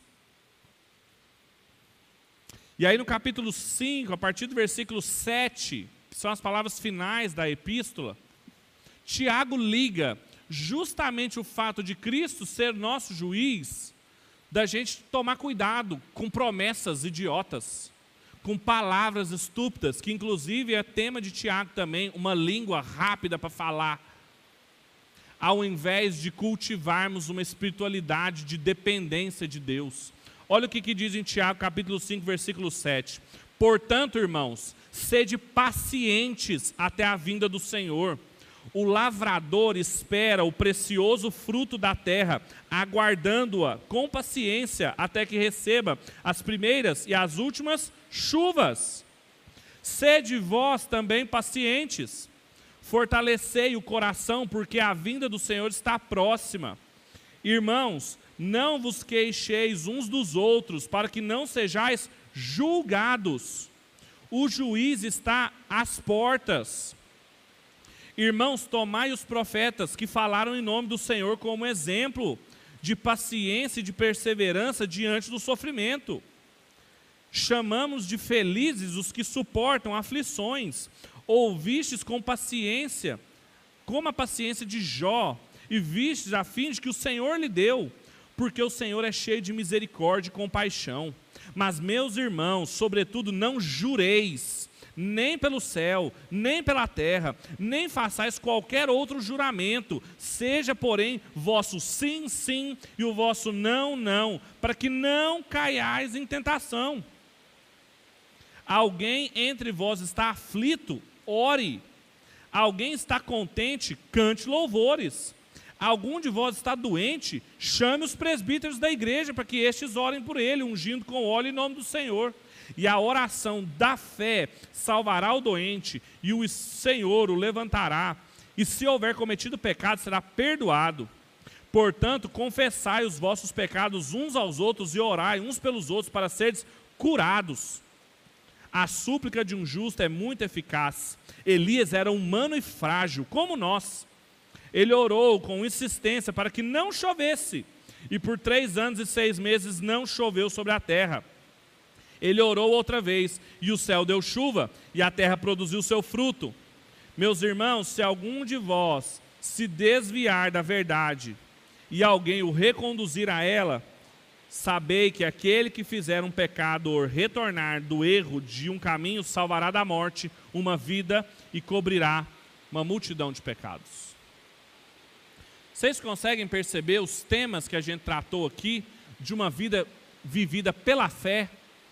E aí no capítulo cinco, a partir do versículo sete, que são as palavras finais da epístola, Tiago liga justamente o fato de Cristo ser nosso juiz, da gente tomar cuidado com promessas idiotas, com palavras estúpidas, que inclusive é tema de Tiago também, uma língua rápida para falar, ao invés de cultivarmos uma espiritualidade de dependência de Deus. Olha o que, que diz em Tiago, capítulo cinco, versículo sete. Portanto, irmãos, sede pacientes até a vinda do Senhor. O lavrador espera o precioso fruto da terra, aguardando-a com paciência até que receba as primeiras e as últimas chuvas. Sede vós também pacientes, fortalecei o coração, porque a vinda do Senhor está próxima. Irmãos, não vos queixeis uns dos outros, para que não sejais julgados. O juiz está às portas. Irmãos, tomai os profetas que falaram em nome do Senhor como exemplo de paciência e de perseverança diante do sofrimento. Chamamos de felizes os que suportam aflições. Ouvistes com paciência, como a paciência de Jó, e vistes a fim de que o Senhor lhe deu, porque o Senhor é cheio de misericórdia e compaixão. Mas, meus irmãos, sobretudo não jureis, nem pelo céu, nem pela terra, nem façais qualquer outro juramento, seja, porém, vosso sim, sim, e o vosso não, não, para que não caiais em tentação. Alguém entre vós está aflito? Ore. Alguém está contente? Cante louvores. Algum de vós está doente? Chame os presbíteros da igreja, para que estes orem por ele, ungindo com óleo em nome do Senhor. E a oração da fé salvará o doente, e o Senhor o levantará. E se houver cometido pecado, será perdoado. Portanto, confessai os vossos pecados uns aos outros e orai uns pelos outros para seres curados. A súplica de um justo é muito eficaz. Elias era humano e frágil, como nós. Ele orou com insistência para que não chovesse, e por três anos e seis meses não choveu sobre a terra. Ele orou outra vez, e o céu deu chuva, e a terra produziu seu fruto. Meus irmãos, se algum de vós se desviar da verdade, e alguém o reconduzir a ela, sabei que aquele que fizer um pecado ou retornar do erro de um caminho, salvará da morte uma vida e cobrirá uma multidão de pecados. Vocês conseguem perceber os temas que a gente tratou aqui, de uma vida vivida pela fé?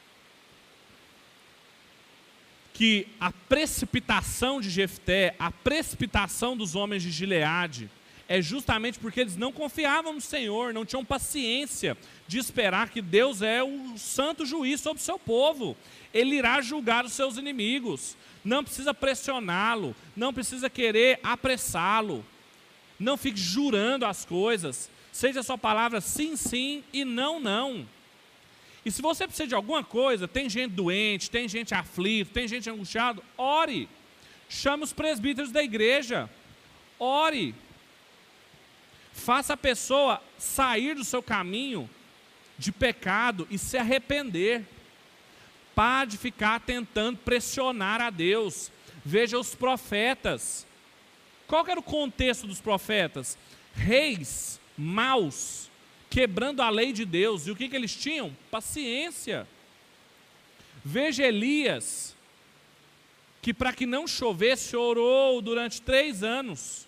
Que a precipitação de Jefté, a precipitação dos homens de Gileade, é justamente porque eles não confiavam no Senhor, não tinham paciência de esperar que Deus é o santo juiz sobre o seu povo. Ele irá julgar os seus inimigos. Não precisa pressioná-lo, não precisa querer apressá-lo. Não fique jurando as coisas. Seja a sua palavra sim, sim e não, não. E se você precisa de alguma coisa, tem gente doente, tem gente aflito, tem gente angustiada, ore. Chame os presbíteros da igreja. Ore. Faça a pessoa sair do seu caminho de pecado e se arrepender. Pare de ficar tentando pressionar a Deus. Veja os profetas. Qual que era o contexto dos profetas? Reis maus, quebrando a lei de Deus. E o que, que eles tinham? Paciência. Veja Elias, que para que não chovesse, orou durante três anos.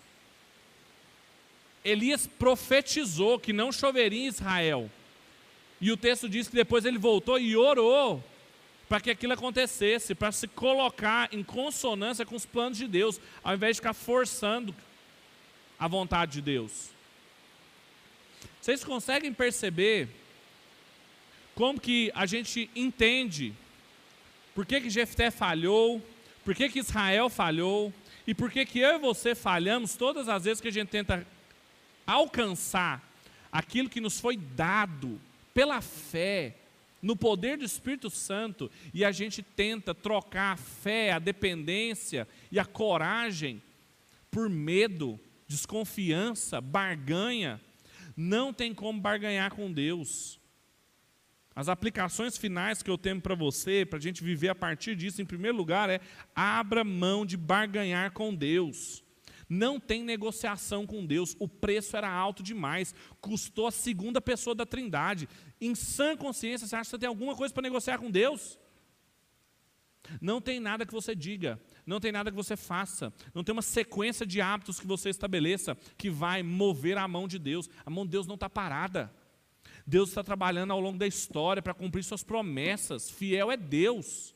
Elias profetizou que não choveria em Israel. E o texto diz que depois ele voltou e orou para que aquilo acontecesse, para se colocar em consonância com os planos de Deus, ao invés de ficar forçando a vontade de Deus. Vocês conseguem perceber como que a gente entende por que que Jefté falhou, por que que Israel falhou, e por que que eu e você falhamos todas as vezes que a gente tenta alcançar aquilo que nos foi dado pela fé, no poder do Espírito Santo, e a gente tenta trocar a fé, a dependência e a coragem por medo, desconfiança, barganha. Não tem como barganhar com Deus. As aplicações finais que eu tenho para você, para a gente viver a partir disso, em primeiro lugar, é abra mão de barganhar com Deus. Não tem negociação com Deus, o preço era alto demais, custou a segunda pessoa da Trindade. Em sã consciência, você acha que você tem alguma coisa para negociar com Deus? Não tem nada que você diga, não tem nada que você faça, não tem uma sequência de hábitos que você estabeleça que vai mover a mão de Deus. A mão de Deus não está parada. Deus está trabalhando ao longo da história para cumprir suas promessas. Fiel é Deus.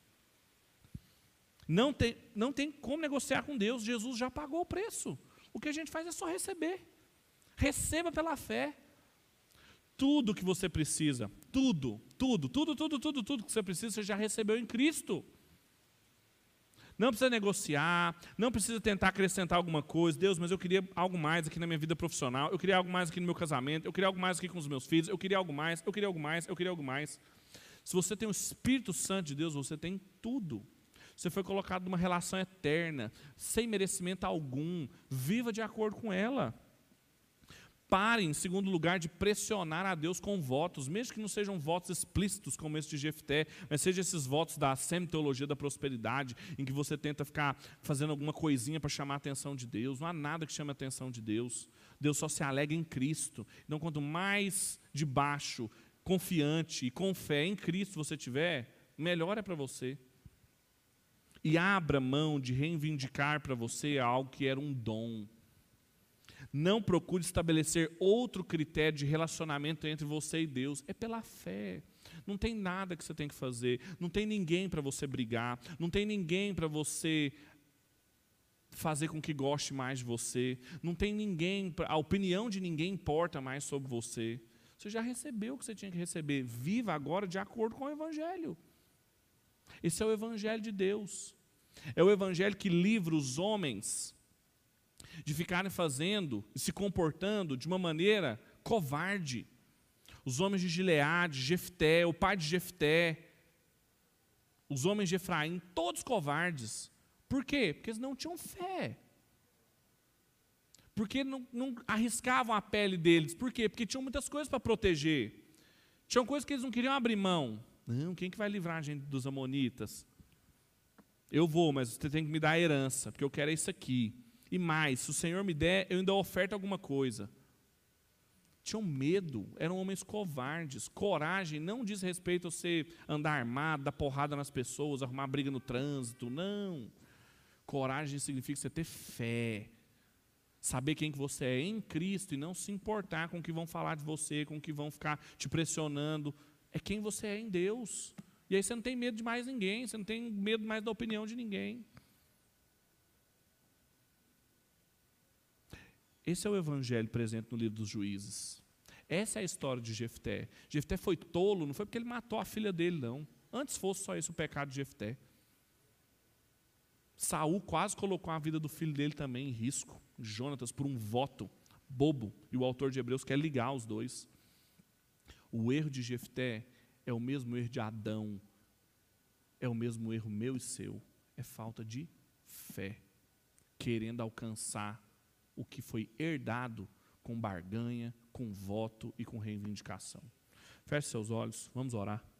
Não tem, não tem como negociar com Deus. Jesus já pagou o preço. O que a gente faz é só receber. Receba pela fé. Tudo que você precisa, tudo, tudo, tudo, tudo, tudo, tudo que você precisa, você já recebeu em Cristo. Não precisa negociar, não precisa tentar acrescentar alguma coisa. Deus, mas eu queria algo mais aqui na minha vida profissional, eu queria algo mais aqui no meu casamento, eu queria algo mais aqui com os meus filhos, eu queria algo mais, eu queria algo mais, eu queria algo mais. Se você tem o Espírito Santo de Deus, você tem tudo. Você foi colocado numa relação eterna, sem merecimento algum. Viva de acordo com ela. Pare, em segundo lugar, de pressionar a Deus com votos, mesmo que não sejam votos explícitos como esse de Jefté, mas sejam esses votos da semi-teologia da prosperidade, em que você tenta ficar fazendo alguma coisinha para chamar a atenção de Deus. Não há nada que chame a atenção de Deus. Deus só se alega em Cristo. Então, quanto mais de baixo, confiante e com fé em Cristo você tiver, melhor é para você. E abra mão de reivindicar para você algo que era um dom. Não procure estabelecer outro critério de relacionamento entre você e Deus. É pela fé. Não tem nada que você tem que fazer. Não tem ninguém para você brigar. Não tem ninguém para você fazer com que goste mais de você. Não tem ninguém, a opinião de ninguém importa mais sobre você. Você já recebeu o que você tinha que receber. Viva agora de acordo com o Evangelho. Esse é o Evangelho de Deus. É o Evangelho que livra os homens de ficarem fazendo e se comportando de uma maneira covarde. Os homens de Gileade, Jefté, o pai de Jefté, os homens de Efraim, todos covardes. Por quê? Porque eles não tinham fé. Porque não, não arriscavam a pele deles. Por quê? Porque tinham muitas coisas para proteger. Tinham coisas que eles não queriam abrir mão. Não, quem que vai livrar a gente dos amonitas? Eu vou, mas você tem que me dar a herança, porque eu quero isso aqui. E mais, se o Senhor me der, eu ainda oferto alguma coisa. Tinham medo, eram homens covardes. Coragem não diz respeito a você andar armado, dar porrada nas pessoas, arrumar briga no trânsito, não. Coragem significa você ter fé. Saber quem que você é em Cristo e não se importar com o que vão falar de você, com o que vão ficar te pressionando. É quem você é em Deus. E aí você não tem medo de mais ninguém, você não tem medo mais da opinião de ninguém. Esse é o Evangelho presente no livro dos Juízes. Essa é a história de Jefté. Jefté foi tolo, não foi porque ele matou a filha dele, não. Antes fosse só esse o pecado de Jefté. Saul quase colocou a vida do filho dele também em risco. Jonatas, por um voto bobo. E o autor de Hebreus quer ligar os dois. O erro de Jefté é o mesmo erro de Adão. É o mesmo erro meu e seu. É falta de fé. Querendo alcançar o que foi herdado com barganha, com voto e com reivindicação. Feche seus olhos, vamos orar.